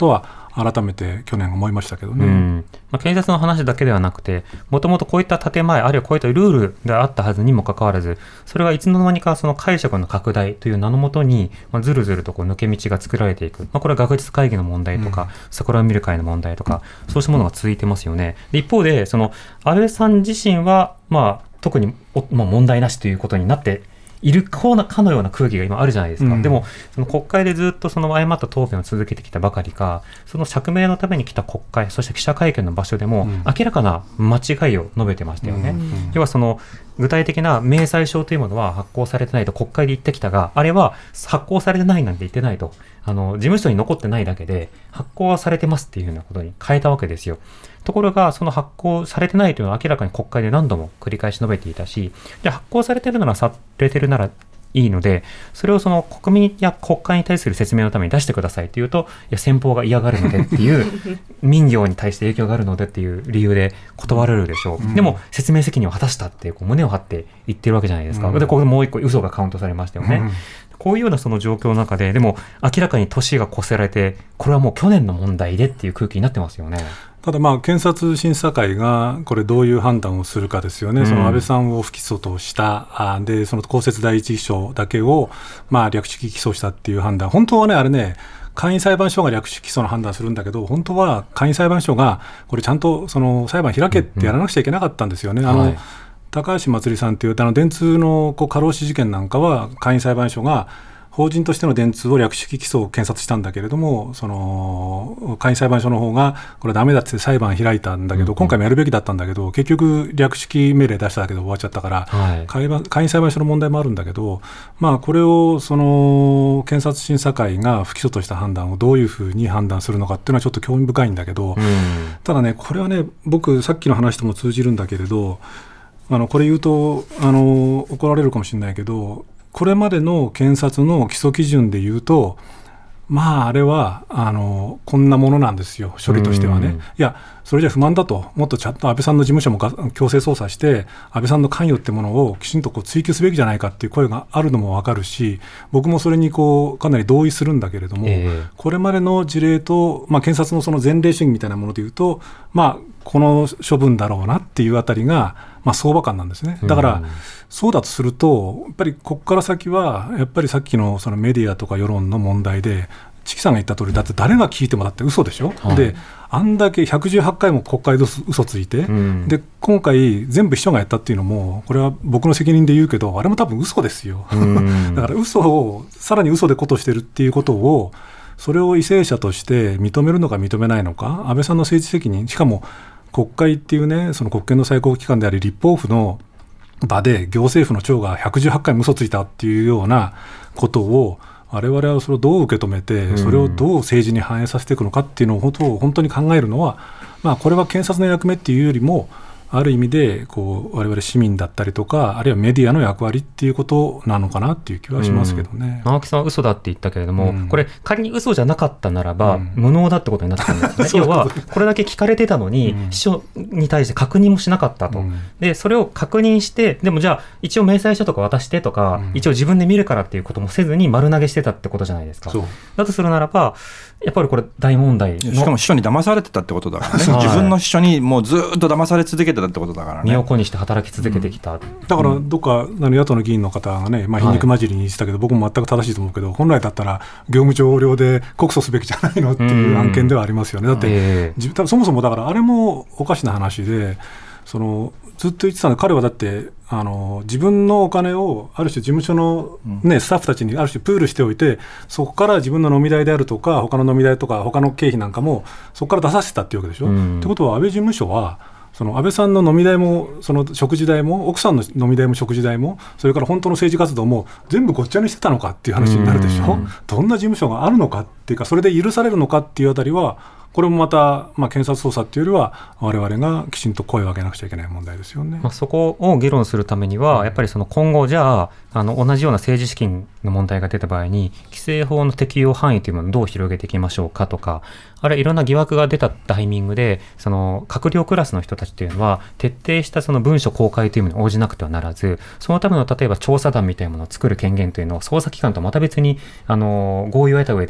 改めて去年思いましたけどね。 検察の話だけではなくて、もともとこういった建前、あるいはこういったルールがあったはずにもかかわらず、それがいつの間にかその解釈の拡大という名のもとに、ずるずるとこう抜け道が作られていく、これは学術会議の問題とか、桜を見る会の問題とか、そうしたものが続いてますよね。で一方でその安倍さん自身は、特に問題なしということになっているかのような空気が今あるじゃないですか。でもその国会でずっとその誤った答弁を続けてきたばかりか、その釈明のために来た国会、そして記者会見の場所でも明らかな間違いを述べてましたよね。要はその具体的な明細書というものは発行されてないと国会で言ってきたが、あれは発行されてないなんて言ってないと、事務所に残ってないだけで発行はされてますっていうようなことに変えたわけですよ。ところがその発行されてないというのは明らかに国会で何度も繰り返し述べていたし、じゃあ発行されてるならされてるならいいので、それをその国民や国会に対する説明のために出してくださいというと、いや先方が嫌がるのでっていう民業に対して影響があるのでっていう理由で断られるでしょう。でも説明責任を果たしたってこう胸を張って言ってるわけじゃないですか。でここでもう一個嘘がカウントされましたよね。こういうようなその状況の中で、でも明らかに年が越せられて、これはもう去年の問題でっていう空気になってますよね。 ただ検察審査会がこれどういう判断をするかですよね。その安倍さんを不起訴としたで、その公設第一秘書だけを略式起訴したっていう判断、本当はねあれね、簡易裁判所が略式起訴の判断するんだけど、本当は簡易裁判所がこれちゃんとその裁判開けってやらなくちゃいけなかったんですよね。高橋まつりさんという電通の過労死事件なんかは簡易裁判所が法人としての電通を略式起訴を検察したんだけれども、その簡易裁判所の方がこれダメだって裁判開いたんだけど、今回もやるべきだったんだけど、結局略式命令出しただけで終わっちゃったから、簡易裁判所の問題もあるんだけど、これをその検察審査会が不起訴とした判断をどういうふうに判断するのかっていうのはちょっと興味深いんだけど、ただね、これはね、僕さっきの話とも通じるんだけれど、これ言うと怒られるかもしれないけど、これまでの検察の基礎基準で言うと、あれはこんなものなんですよ、処理としてはね。いや、それじゃ不満だと、もっとちゃんと安倍さんの事務所も強制捜査して安倍さんの関与ってものをきちんと追及すべきじゃないかっていう声があるのも分かるし、僕もそれにかなり同意するんだけれども、これまでの事例と、検察のその前例主義みたいなものでいうと、この処分だろうなっていうあたりが、相場感なんですね。だからそうだとすると、やっぱりここから先はやっぱりさっきのそのメディアとか世論の問題で、チキさんが言った通り、だって誰が聞いてもだって嘘でしょ、であんだけ118回も国会で嘘ついて、で今回全部秘書がやったっていうのも、これは僕の責任で言うけど、あれも多分嘘ですよだから嘘をさらに嘘でことしてるっていうことを、それを為政者として認めるのか認めないのか、安倍さんの政治責任、しかも国会っていうね、その国権の最高機関であり立法府の場で行政府の長が118回も嘘ついたっていうようなことを、我々はそれをどう受け止めて、それをどう政治に反映させていくのかっていうのを本当に考えるのは、これは検察の役目っていうよりも、ある意味で我々市民だったりとか、あるいはメディアの役割っていうことなのかなっていう気はしますけどね。 青木さんは嘘だって言ったけれども、これ仮に嘘じゃなかったならば、無能だってことになってたんですね要はこれだけ聞かれてたのに、秘書に対して確認もしなかったと、でそれを確認して、でもじゃあ一応明細書とか渡してとか、一応自分で見るからっていうこともせずに丸投げしてたってことじゃないですか。だとするならば、やっぱりこれ大問題の、 しかも秘書に騙されてたってことだからね自分の秘書にもうずっと騙され続けてたってことだからね。 身を粉にして働き続けてきた、 だからどっか野党の議員の方がね、皮肉交じりに言ってたけど、僕も全く正しいと思うけど、本来だったら業務上横領で告訴すべきじゃないのっていう案件ではありますよね。だってそもそもだからあれもおかしな話で、ずっと言ってたので、彼はだって自分のお金をある種事務所の、スタッフたちにある種プールしておいて、そこから自分の飲み代であるとか他の飲み代とか他の経費なんかもそこから出させてたっていうわけでしょ。ってことは安倍事務所はその安倍さんの飲み代もその食事代も奥さんの飲み代も食事代も、それから本当の政治活動も全部ごっちゃにしてたのかっていう話になるでしょ。どんな事務所があるのかっていうか、それで許されるのかっていうあたりは、これもまた、検察捜査っていうよりは我々がきちんと声を上げなくちゃいけない問題ですよね。 そこを議論するためには、やっぱりその今後じゃあ同じような政治資金の問題が出た場合に、規制法の適用範囲というものをどう広げていきましょうかとか、あるいはいろんな疑惑が出たタイミングで、その閣僚クラスの人たちというのは徹底したその文書公開というものに応じなくてはならず、そのための例えば調査団みたいなものを作る権限というのを捜査機関とまた別に合意を得た上でやりましょう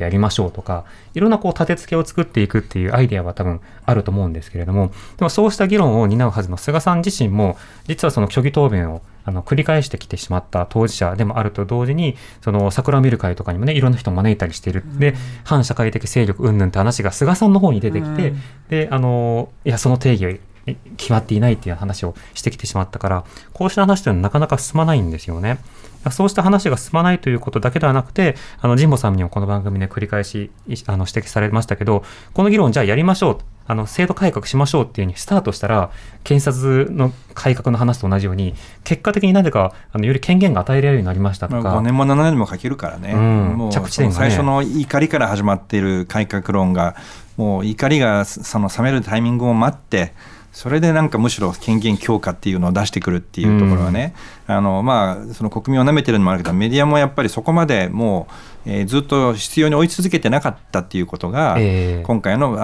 うとか、いろんな立て付けを作っていくっていうアイデアは多分あると思うんですけれども、でもそうした議論を担うはずの菅さん自身も実はその虚偽答弁を繰り返してきてしまった当事者でもあると同時に、その桜を見る会とかにもね、いろんな人を招いたりしている。で、反社会的勢力云々って話が菅さんの方に出てきて、でいやその定義決まっていないっていう話をしてきてしまったから、こうした話というのはなかなか進まないんですよね。そうした話が進まないということだけではなくて、神保さんにもこの番組で繰り返し指摘されましたけど、この議論じゃあやりましょう、制度改革しましょうっていう風にスタートしたら、検察の改革の話と同じように結果的になぜかより権限が与えられるようになりましたとか、 5年も7年もかけるからね、もう着地点がね、最初の怒りから始まっている改革論が、もう怒りが冷めるタイミングを待って、それでなんかむしろ権限強化っていうのを出してくるっていうところはね、その国民を舐めてるのもあるけど、メディアもやっぱりそこまでもう、ずっと必要に追い続けてなかったっていうことが、今回のもう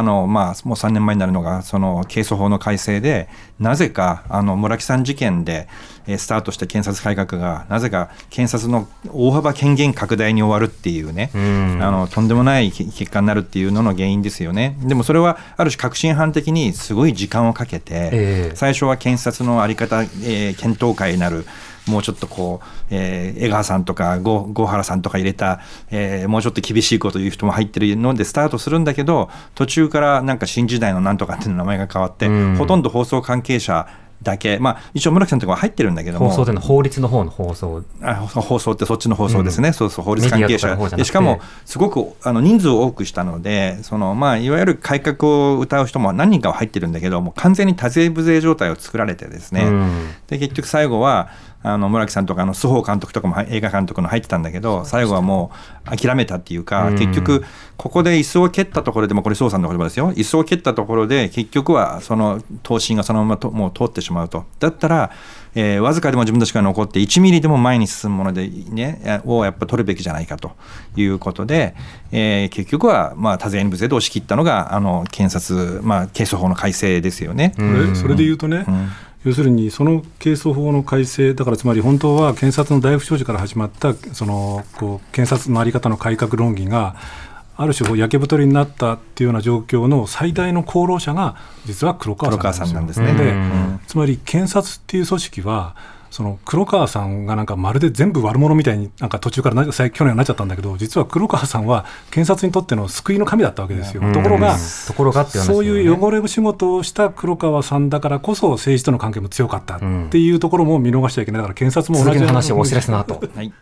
3年前になるのがその刑訴法の改正で、なぜか村木さん事件でスタートした検察改革がなぜか検察の大幅権限拡大に終わるっていうね、とんでもない結果になるっていうのの原因ですよね。でもそれはある種革新犯的にすごい時間をかけて、最初は検察の在り方、検討会になる、もうちょっと江川さんとか郷原さんとか入れた、もうちょっと厳しいこと言う人も入ってるのでスタートするんだけど、途中からなんか新時代のなんとかっていう名前が変わって、ほとんど放送関係者だけ、一応村木さんとかは入ってるんだけども、 放送での法律の方の放送ってそっちの放送ですね、そう法律関係者で、しかもすごく人数を多くしたので、いわゆる改革を謳う人も何人かは入ってるんだけども、完全に多勢無勢状態を作られてですね、で結局最後は村木さんとか須保監督とかも映画監督の入ってたんだけど、最後はもう諦めたっていうか、結局ここで椅子を蹴ったところでも、これ宋さんの言葉ですよ、椅子を蹴ったところで結局はその答申がそのままもう通ってしまうと。だったらわずかでも自分たちが残って1ミリでも前に進むもので、ね、をやっぱ取るべきじゃないかということで、結局は多勢に無勢で押し切ったのが検察、刑訴法の改正ですよね。 それで言うとね、要するにその刑訴法の改正だから、つまり本当は検察の大不祥事から始まったその検察の在り方の改革論議がある種焼け太りになったっていうような状況の最大の功労者が実は黒川さんなんですね。で、つまり検察っていう組織はその黒川さんがなんかまるで全部悪者みたいになんか途中から去年はなっちゃったんだけど、実は黒川さんは検察にとっての救いの神だったわけですよ。ところがそういう汚れ仕事をした黒川さんだからこそ政治との関係も強かったっていうところも見逃しちゃいけない。だから検察も同じような話をお知らせの後、 TBS ラジ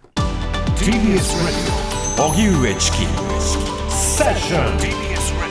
オ荻上チキセッション TBS ラジ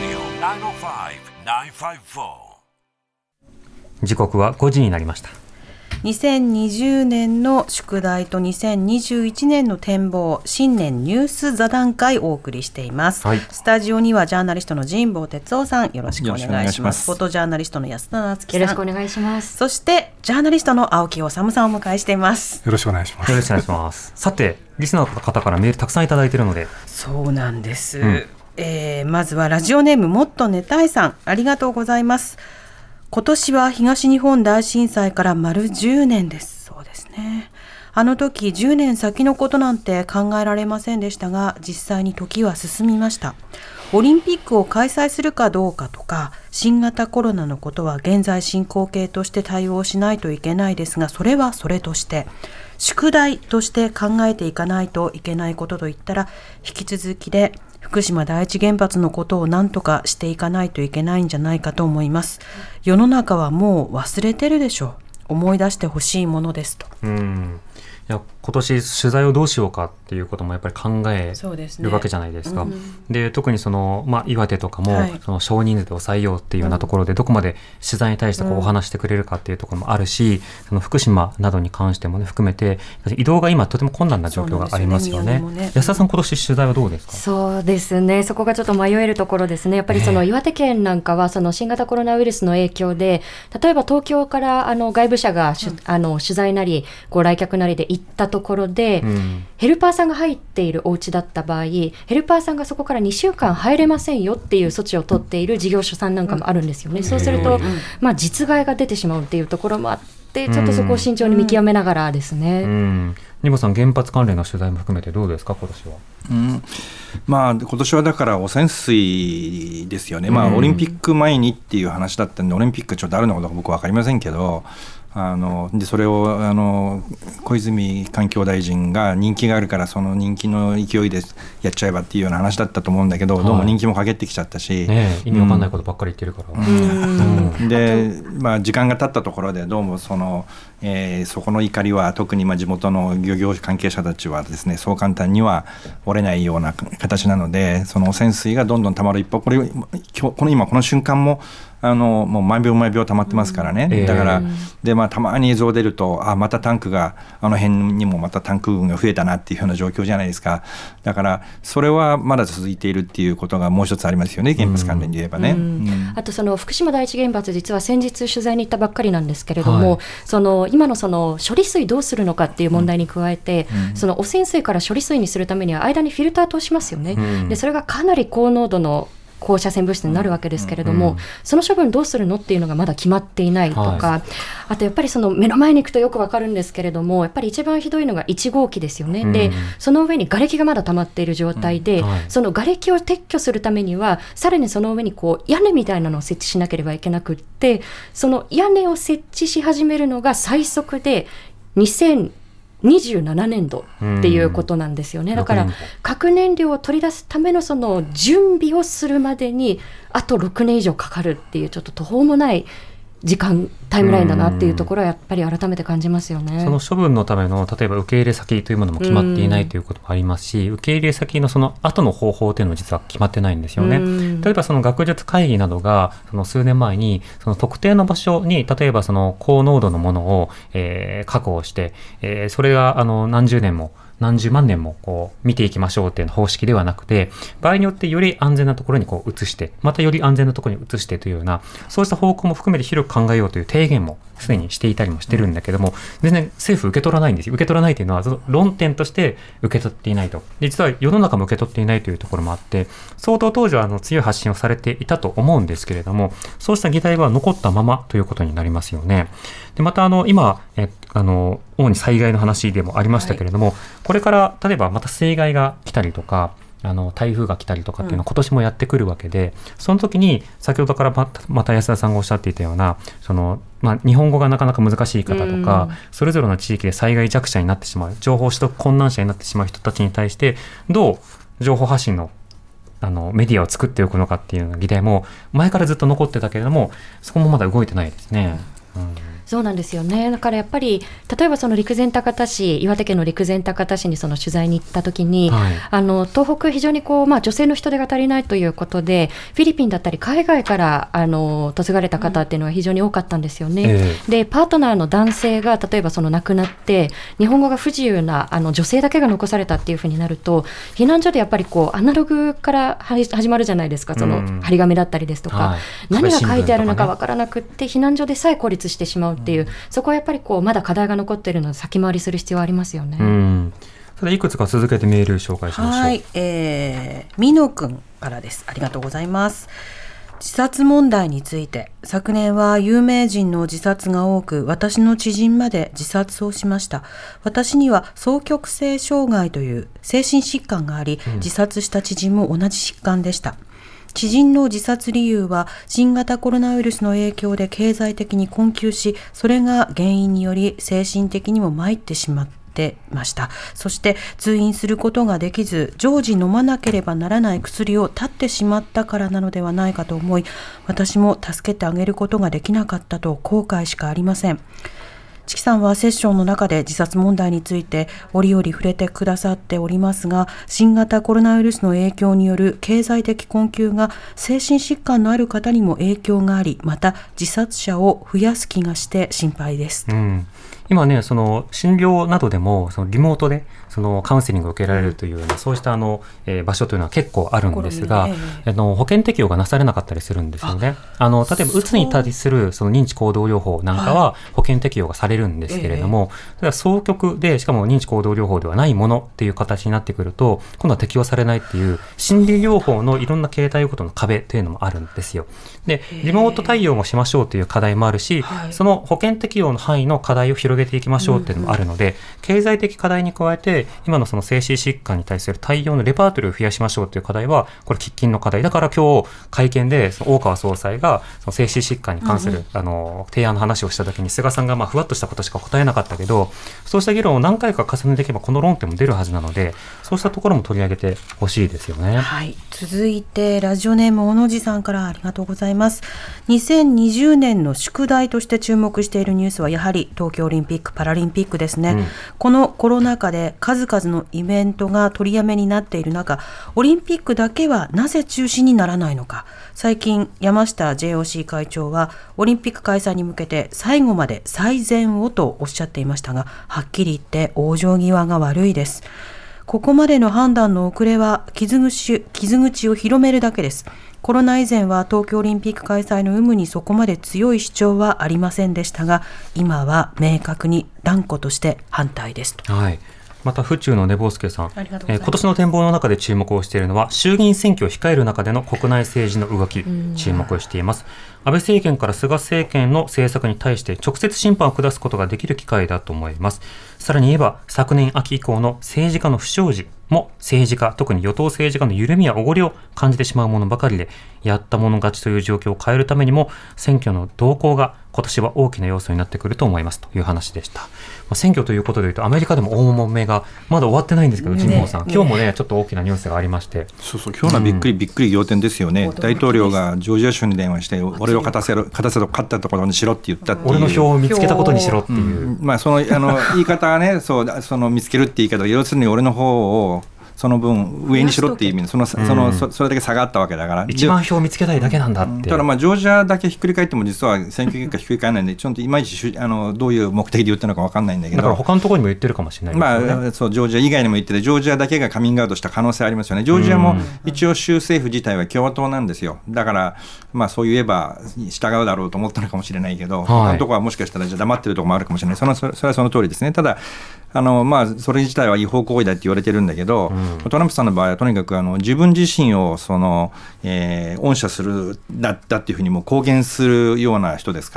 オ905-954。 時刻は5時になりました。 2020年の宿題と2021年の展望、新年ニュース座談会をお送りしています、スタジオにはジャーナリストの神保哲夫さん、よろしくお願いします。フォトジャーナリストの安田なつきさん、 よろしくお願いします。 そしてジャーナリストの青木治さんをお迎えしています。 よろしくお願いします。 よろしくお願いします。さて、リスナーの方からメールたくさんいただいているので。 そうなんです、まずはラジオネームもっと寝たいさん、ありがとうございます。今年は東日本大震災から丸10年です。そうですね。あの時10年先のことなんて考えられませんでしたが、実際に時は進みました。オリンピックを開催するかどうかとか、新型コロナのことは現在進行形として対応しないといけないですが、それはそれとして宿題として考えていかないといけないことといったら、引き続きで福島第一原発のことを何とかしていかないといけないんじゃないかと思います。世の中はもう忘れてるでしょう。思い出してほしいものですと。 いや、今年取材をどうしようかっていうこともやっぱり考えるわけじゃないですか。で、特にその、岩手とかも、その少人数で抑えようっていうようなところで、どこまで取材に対してお話してくれるかっていうところもあるし、その福島などに関しても、ね、含めて移動が今とても困難な状況がありますよね。安田さん、今年取材はどうですか？ そうですね、そこがちょっと迷えるところですね。やっぱりその岩手県なんかはその新型コロナウイルスの影響で、例えば東京から外部者が取材なり来客なりで行ったところで、ヘルパーさんが入っているお家だった場合、ヘルパーさんがそこから2週間入れませんよっていう措置を取っている事業所さんなんかもあるんですよね。そうすると、実害が出てしまうっていうところもあってちょっとそこを慎重に見極めながらですね。 ニモさん、原発関連の取材も含めてどうですか今年は。 今年はだから汚染水ですよね。オリンピック前にっていう話だったんで、オリンピックちょっとあるのかどうか僕は分かりませんけど、でそれを小泉環境大臣が人気があるからその人気の勢いでやっちゃえばっていうような話だったと思うんだけど、どうも人気も陰ってきちゃったし、 意味わかんないことばっかり言ってるから、 で、時間が経ったところでどうもそこの怒りは特に地元の漁業関係者たちはですね、そう簡単には折れないような形なので、その汚染水がどんどん溜まる一方、この瞬間ももう毎秒毎秒溜まってますからね。だからで、たまに映像出るとまたタンクが辺にもまたタンク群が増えたなっていうような状況じゃないですか。だからそれはまだ続いているっていうことがもう一つありますよね、原発関連で言えばね。 あとその福島第一原発、実は先日取材に行ったばっかりなんですけれども、今のその処理水どうするのかっていう問題に加えて、その汚染水から処理水にするためには間にフィルター通しますよね。でそれがかなり高濃度の放射線物質になるわけですけれども、その処分どうするのっていうのがまだ決まっていないとか、あとやっぱりその目の前に行くとよくわかるんですけれども、やっぱり一番ひどいのが1号機ですよね。でその上に瓦礫がまだ溜まっている状態で、その瓦礫を撤去するためにはさらにその上に屋根みたいなのを設置しなければいけなくって、その屋根を設置し始めるのが最速で2027年度っていうことなんですよね。だから核燃料を取り出すためのその準備をするまでにあと6年以上かかるっていう、ちょっと途方もないタイムラインだなっていうところはやっぱり改めて感じますよね。 その処分のための例えば受け入れ先というものも決まっていないということもありますし、受け入れ先のその後の方法というのも実は決まってないんですよね。例えばその学術会議などがその数年前にその特定の場所に例えばその高濃度のものを、確保して、それが何十年も何十万年も見ていきましょうっていう方式ではなくて、場合によってより安全なところに移して、またより安全なところに移してというような、そうした方向も含めて広く考えようという提言もすでにしていたりもしてるんだけども、全然政府受け取らないんですよ。受け取らないというのは論点として受け取っていないと。で実は世の中も受け取っていないというところもあって、相当当時は強い発信をされていたと思うんですけれども、そうした議題は残ったままということになりますよね。でまた今主に災害の話でもありましたけれども、これから例えばまた水害が来たりとか台風が来たりとかっていうのは今年もやってくるわけで、その時に先ほどからまた安田さんがおっしゃっていたような日本語がなかなか難しい方とか、それぞれの地域で災害弱者になってしまう、情報取得困難者になってしまう人たちに対してどう情報発信のメディアを作っておくのかっていう議題も前からずっと残ってたけれども、そこもまだ動いてないですね。 そうなんですよね。だからやっぱり例えばその陸前高田市、岩手県の陸前高田市にその取材に行った時に、東北非常に女性の人手が足りないということで、フィリピンだったり海外から嫁がれた方っていうのは非常に多かったんですよね。でパートナーの男性が例えば亡くなって日本語が不自由な女性だけが残されたっていうふうになると、避難所でやっぱりアナログから始まるじゃないですか。その張り紙だったりですとか、何が書いてあるのか分からなくって避難所でさえ孤立してしまうっていう、そこはやっぱりまだ課題が残っているので先回りする必要はありますよね。 それいくつか続けてメール紹介しましょう。 はい、美濃くんからです。ありがとうございます。自殺問題について、昨年は有名人の自殺が多く、私の知人まで自殺をしました。私には双極性障害という精神疾患があり、自殺した知人も同じ疾患でした。知人の自殺理由は新型コロナウイルスの影響で経済的に困窮し、それが原因により精神的にも参ってしまってました。そして通院することができず、常時飲まなければならない薬を断ってしまったからなのではないかと思い、私も助けてあげることができなかったと後悔しかありません。チキさんはセッションの中で自殺問題について折々触れてくださっておりますが、新型コロナウイルスの影響による経済的困窮が精神疾患のある方にも影響があり、また自殺者を増やす気がして心配です。 今ね、その診療などでもそのリモートでそのカウンセリングを受けられるというようなそうした場所というのは結構あるんですが、保険適用がなされなかったりするんですよね。例えばうつに対するその認知行動療法なんかは保険適用がされるんですけれども、それは双極でしかも認知行動療法ではないものっていう形になってくると今度は適用されないっていう心理療法のいろんな形態ごとの壁というのもあるんですよ。でリモート対応もしましょうという課題もあるし、その保険適用の範囲の課題を広げていきましょうっていうのもあるので、経済的課題に加えて今のその精神疾患に対する対応のレパートリーを増やしましょうという課題はこれ喫緊の課題だから、今日会見でその大川総裁がその精神疾患に関する、提案の話をした時に菅さんがふわっとしたことしか答えなかったけど、そうした議論を何回か重ねていけばこの論点も出るはずなので、そうしたところも取り上げてほしいですよね。 はい、続いてラジオネーム小野寺さんからありがとうございます。2020年の宿題として注目しているニュースはやはり東京オリンピック・パラリンピックですね。このコロナ禍で数々のイベントが取りやめになっている中、オリンピックだけはなぜ中止にならないのか。最近山下 JOC 会長はオリンピック開催に向けて最後まで最善をとおっしゃっていましたが、はっきり言って往生際が悪いです。ここまでの判断の遅れは傷口を広めるだけです。コロナ以前は東京オリンピック開催の有無にそこまで強い主張はありませんでしたが、今は明確に断固として反対ですと。 はい、また府中の寝坊助さん、今年の展望の中で注目をしているのは衆議院選挙を控える中での国内政治の動き、注目をしています。安倍政権から菅政権の政策に対して直接審判を下すことができる機会だと思います。さらに言えば昨年秋以降の政治家の不祥事も政治家、特に与党政治家の緩みやおごりを感じてしまうものばかりで、やったもの勝ちという状況を変えるためにも選挙の動向が今年は大きな要素になってくると思いますという話でした。選挙ということでいうとアメリカでも大揉めがまだ終わってないんですけど、神保さん、今日もねちょっと大きなニュースがありまして、 そう今日のびっくり仰天ですよね。大統領がジョージア州に電話して俺を勝ったところにしろって言ったっていう、 俺の票を見つけたことにしろっていう、 その言い方はねその見つけるって言い方、要するに俺の方をその分上にしろっていう意味でそれだけ差があったわけだから、 一番票を見つけたいだけなんだって。 ただジョージアだけひっくり返っても実は選挙結果ひっくり返らないんで、ちょっといまいちどういう目的で言ってるのか分かんないんだけど、 だから他のところにも言ってるかもしれないですよね。 そうジョージア以外にも言ってて、ジョージアだけがカミングアウトした可能性ありますよね。ジョージアも一応州政府自体は共和党なんですよ。だからそう言えば従うだろうと思ったのかもしれないけど、他のところはもしかしたら黙ってるところもあるかもしれない。それはその通りですね。ただそれ自体は違法行為だって言われてるんだけど、トランプさんの場合はとにかく自分自身を恩赦するだっていうふうにも公言するような人ですから、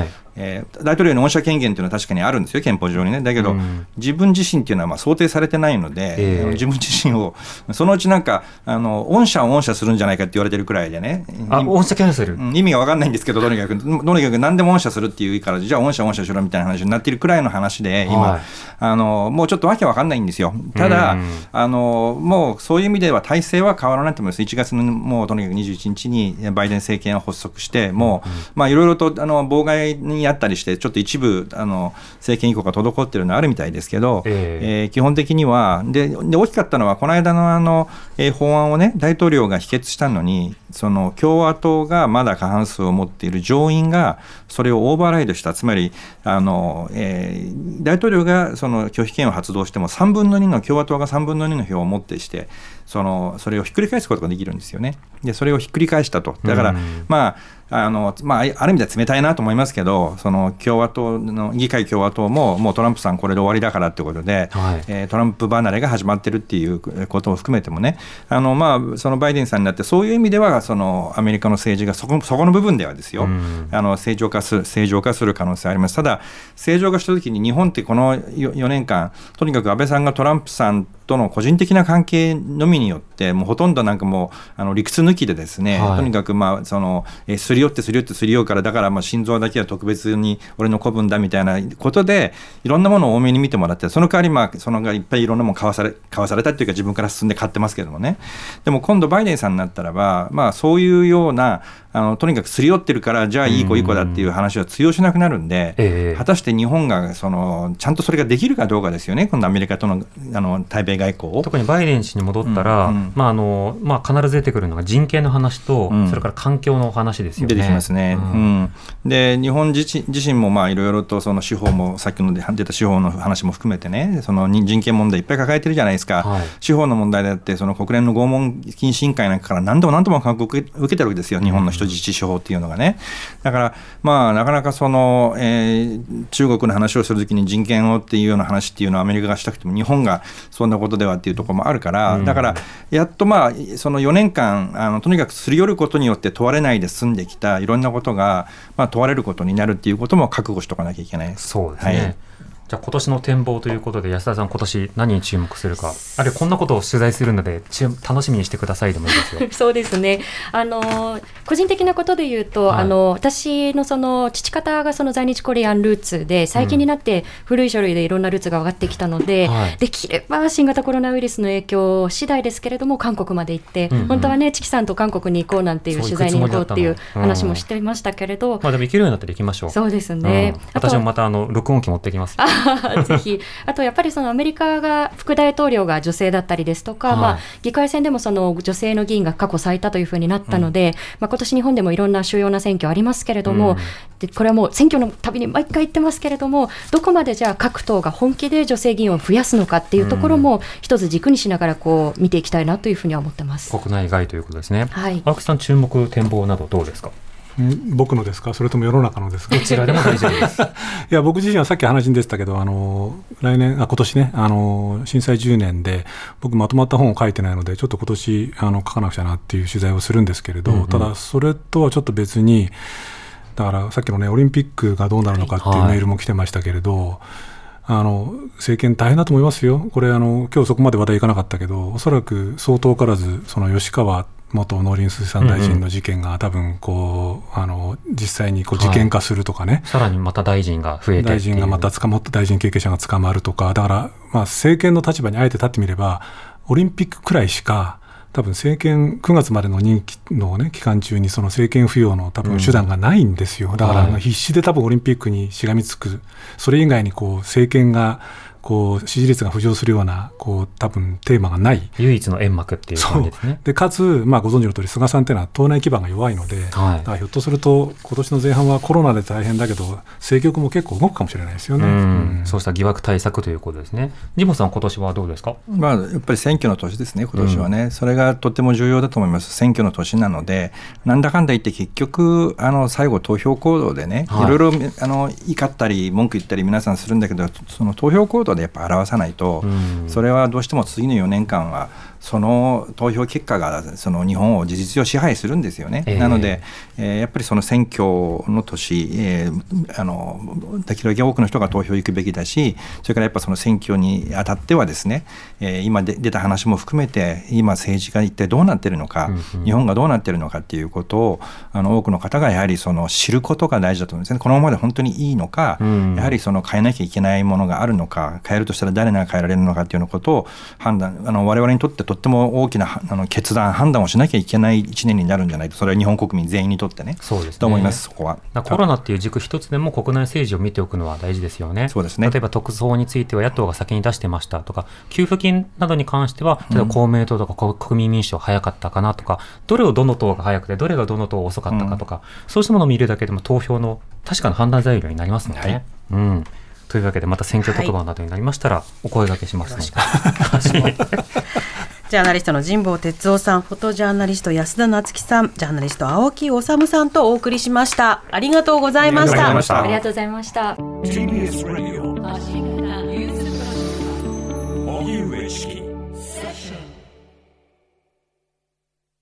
大統領の恩赦権限というのは確かにあるんですよ、憲法上にね。だけど、自分自身というのは想定されてないので、自分自身をそのうち恩赦するんじゃないかって言われてるくらいでね、 恩赦キャンセル、 意味が分かんないんですけど、とにかく何でも恩赦するっていうから、じゃあ恩赦しろみたいな話になっているくらいの話で、今、もうちょっとわけ分かんないんですよ。ただもうそういう意味では体制は変わらないと思います。1月のもうとにかく21日にバイデン政権を発足して、もういろいろと妨害にあったりして、ちょっと一部政権移行が滞っているのはあるみたいですけど、基本的にはで大きかったのはこの間の法案をね、大統領が否決したのに、その共和党がまだ過半数を持っている上院がそれをオーバーライドした。つまり大統領がその拒否権を発動しても共和党が3分の2の票を持ってしてそれをひっくり返すことができるんですよね。でそれをひっくり返したと。だからある意味では冷たいなと思いますけど、その議会共和党ももうトランプさんこれで終わりだからということで、トランプ離れが始まってるっていうことを含めてもね、そのバイデンさんになってそういう意味ではアメリカの政治がそこの部分ではですよ、正常化する可能性あります。ただ正常化したときに日本ってこの4年間とにかく安倍さんがトランプさんとの個人的な関係のみによってもうほとんどもう理屈抜きでですね、とにかくすり寄うから、だから心臓だけは特別に俺の子分だみたいなことでいろんなものを多めに見てもらって、その代わりいっぱいいろんなもの買わされたっていうか自分から進んで買ってますけどもね。でも今度バイデンさんになったらばそういうようなとにかくすり寄ってるからじゃあいい子だっていう話は通用しなくなるんで、果たして日本がちゃんとそれができるかどうかですよね。今度アメリカとの対米外交を特にバイデン氏に戻ったら、必ず出てくるのが人権の話と、それから環境の話ですよよね。 出てきますね。で日本自身もいろいろとその司法もさっきの出た司法の話も含めてね、その人権問題いっぱい抱えてるじゃないですか。司法の問題だってその国連の拷問禁止委員会なんかから何度も勧告受けてるわけですよ、日本の人質司法っていうのがね。だからなかなかその、中国の話をするときに人権をっていうような話っていうのはアメリカがしたくても日本がそんなことではっていうところもあるから、だからやっとその4年間とにかくすり寄ることによって問われないで済んできたいろんなことが、問われることになるっていうことも覚悟しとかなきゃいけない。 そうですね。じゃあ今年の展望ということで安田さん今年何に注目するか、あるいはこんなことを取材するので楽しみにしてくださいでもいいですよ。 そうですね、個人的なことで言うと、私のその父方がその在日コリアンルーツで最近になって古い書類でいろんなルーツが分かってきたので、できれば新型コロナウイルスの影響次第ですけれども韓国まで行って、本当はねチキさんと韓国に行こうなんていう取材に行こうっていう話もしていましたけれど、 でも行けるようになったら行きましょう。 そうですね、 私もまた録音機持ってきます。 ぜひ。あとやっぱりそのアメリカが副大統領が女性だったりですとか、議会選でもその女性の議員が過去最多というふうになったので、今年日本でもいろんな主要な選挙ありますけれども、でこれはもう選挙のたびに毎回言ってますけれども、どこまでじゃあ各党が本気で女性議員を増やすのかっていうところも一つ軸にしながら見ていきたいなというふうには思ってます。 国内外ということですね。青木さん注目展望などどうですか？ 僕のですか、それとも世の中のですか？ どちらでも大丈夫です。 いや僕自身はさっき話に出てたけど、今年ね震災10年で僕まとまった本を書いてないのでちょっと今年書かなくちゃなっていう取材をするんですけれど、ただそれとはちょっと別に、だからさっきのねオリンピックがどうなるのかっていうメールも来てましたけれど、政権大変だと思いますよ。これ今日そこまで話題いかなかったけど、おそらくそう遠からずその吉川元農林水産大臣の事件が多分実際に事件化するとかね、 さらにまた大臣が増えて大臣がまた大臣経験者が捕まるとか、だから政権の立場にあえて立ってみればオリンピックくらいしか多分政権9月までの任期の、期間中にその政権浮揚の多分手段がないんですよ。だから必死で多分オリンピックにしがみつく、それ以外に政権が支持率が浮上するような多分テーマがない唯一の煙幕っていう感じですね。 でかつ、ご存知の通り菅さんっていうのは党内基盤が弱いので、だからひょっとすると今年の前半はコロナで大変だけど政局も結構動くかもしれないですよね。 そうした疑惑対策ということですね。ジモさん今年はどうですか？ やっぱり選挙の年ですね、今年はね、それがとても重要だと思います。選挙の年なのでなんだかんだ言って結局最後投票行動でね、いろいろ怒ったり文句言ったり皆さんするんだけど、その投票行動でやっぱ表さないと、それはどうしても次の4年間はその投票結果がその日本を事実上支配するんですよね。なので、やっぱりその選挙の年、できるだけ多くの人が投票行くべきだし、それからやっぱその選挙にあたってはですね、今出た話も含めて今政治が一体どうなっているのか、日本がどうなっているのかっていうことを多くの方がやはりその知ることが大事だと思うんですね。このままで本当にいいのか、やはりその変えなきゃいけないものがあるのか、変えるとしたら誰が変えられるのかっていうようなことを判断、我々にとってとっても大きな決断判断をしなきゃいけない1年になるんじゃないと、それは日本国民全員にとってね、 そうですねと思います。そこはコロナっていう軸一つでも国内政治を見ておくのは大事ですよね。 そうですね。 例えば特措については野党が先に出してましたとか、給付金などに関しては例えば公明党とか国民民主党早かったかなとか、どれをどの党が早くてどれがどの党遅かったかとか、そうしたものを見るだけでも投票の確かな判断材料になりますのでね。というわけでまた選挙特番などになりましたらお声掛けしますので、 ジャーナリストの神保哲夫さん、フォトジャーナリスト安田夏樹さん、ジャーナリスト青木治さんとお送りしました。ありがとうございました。 ありがとうございました。 TBS Radio 荻上チキ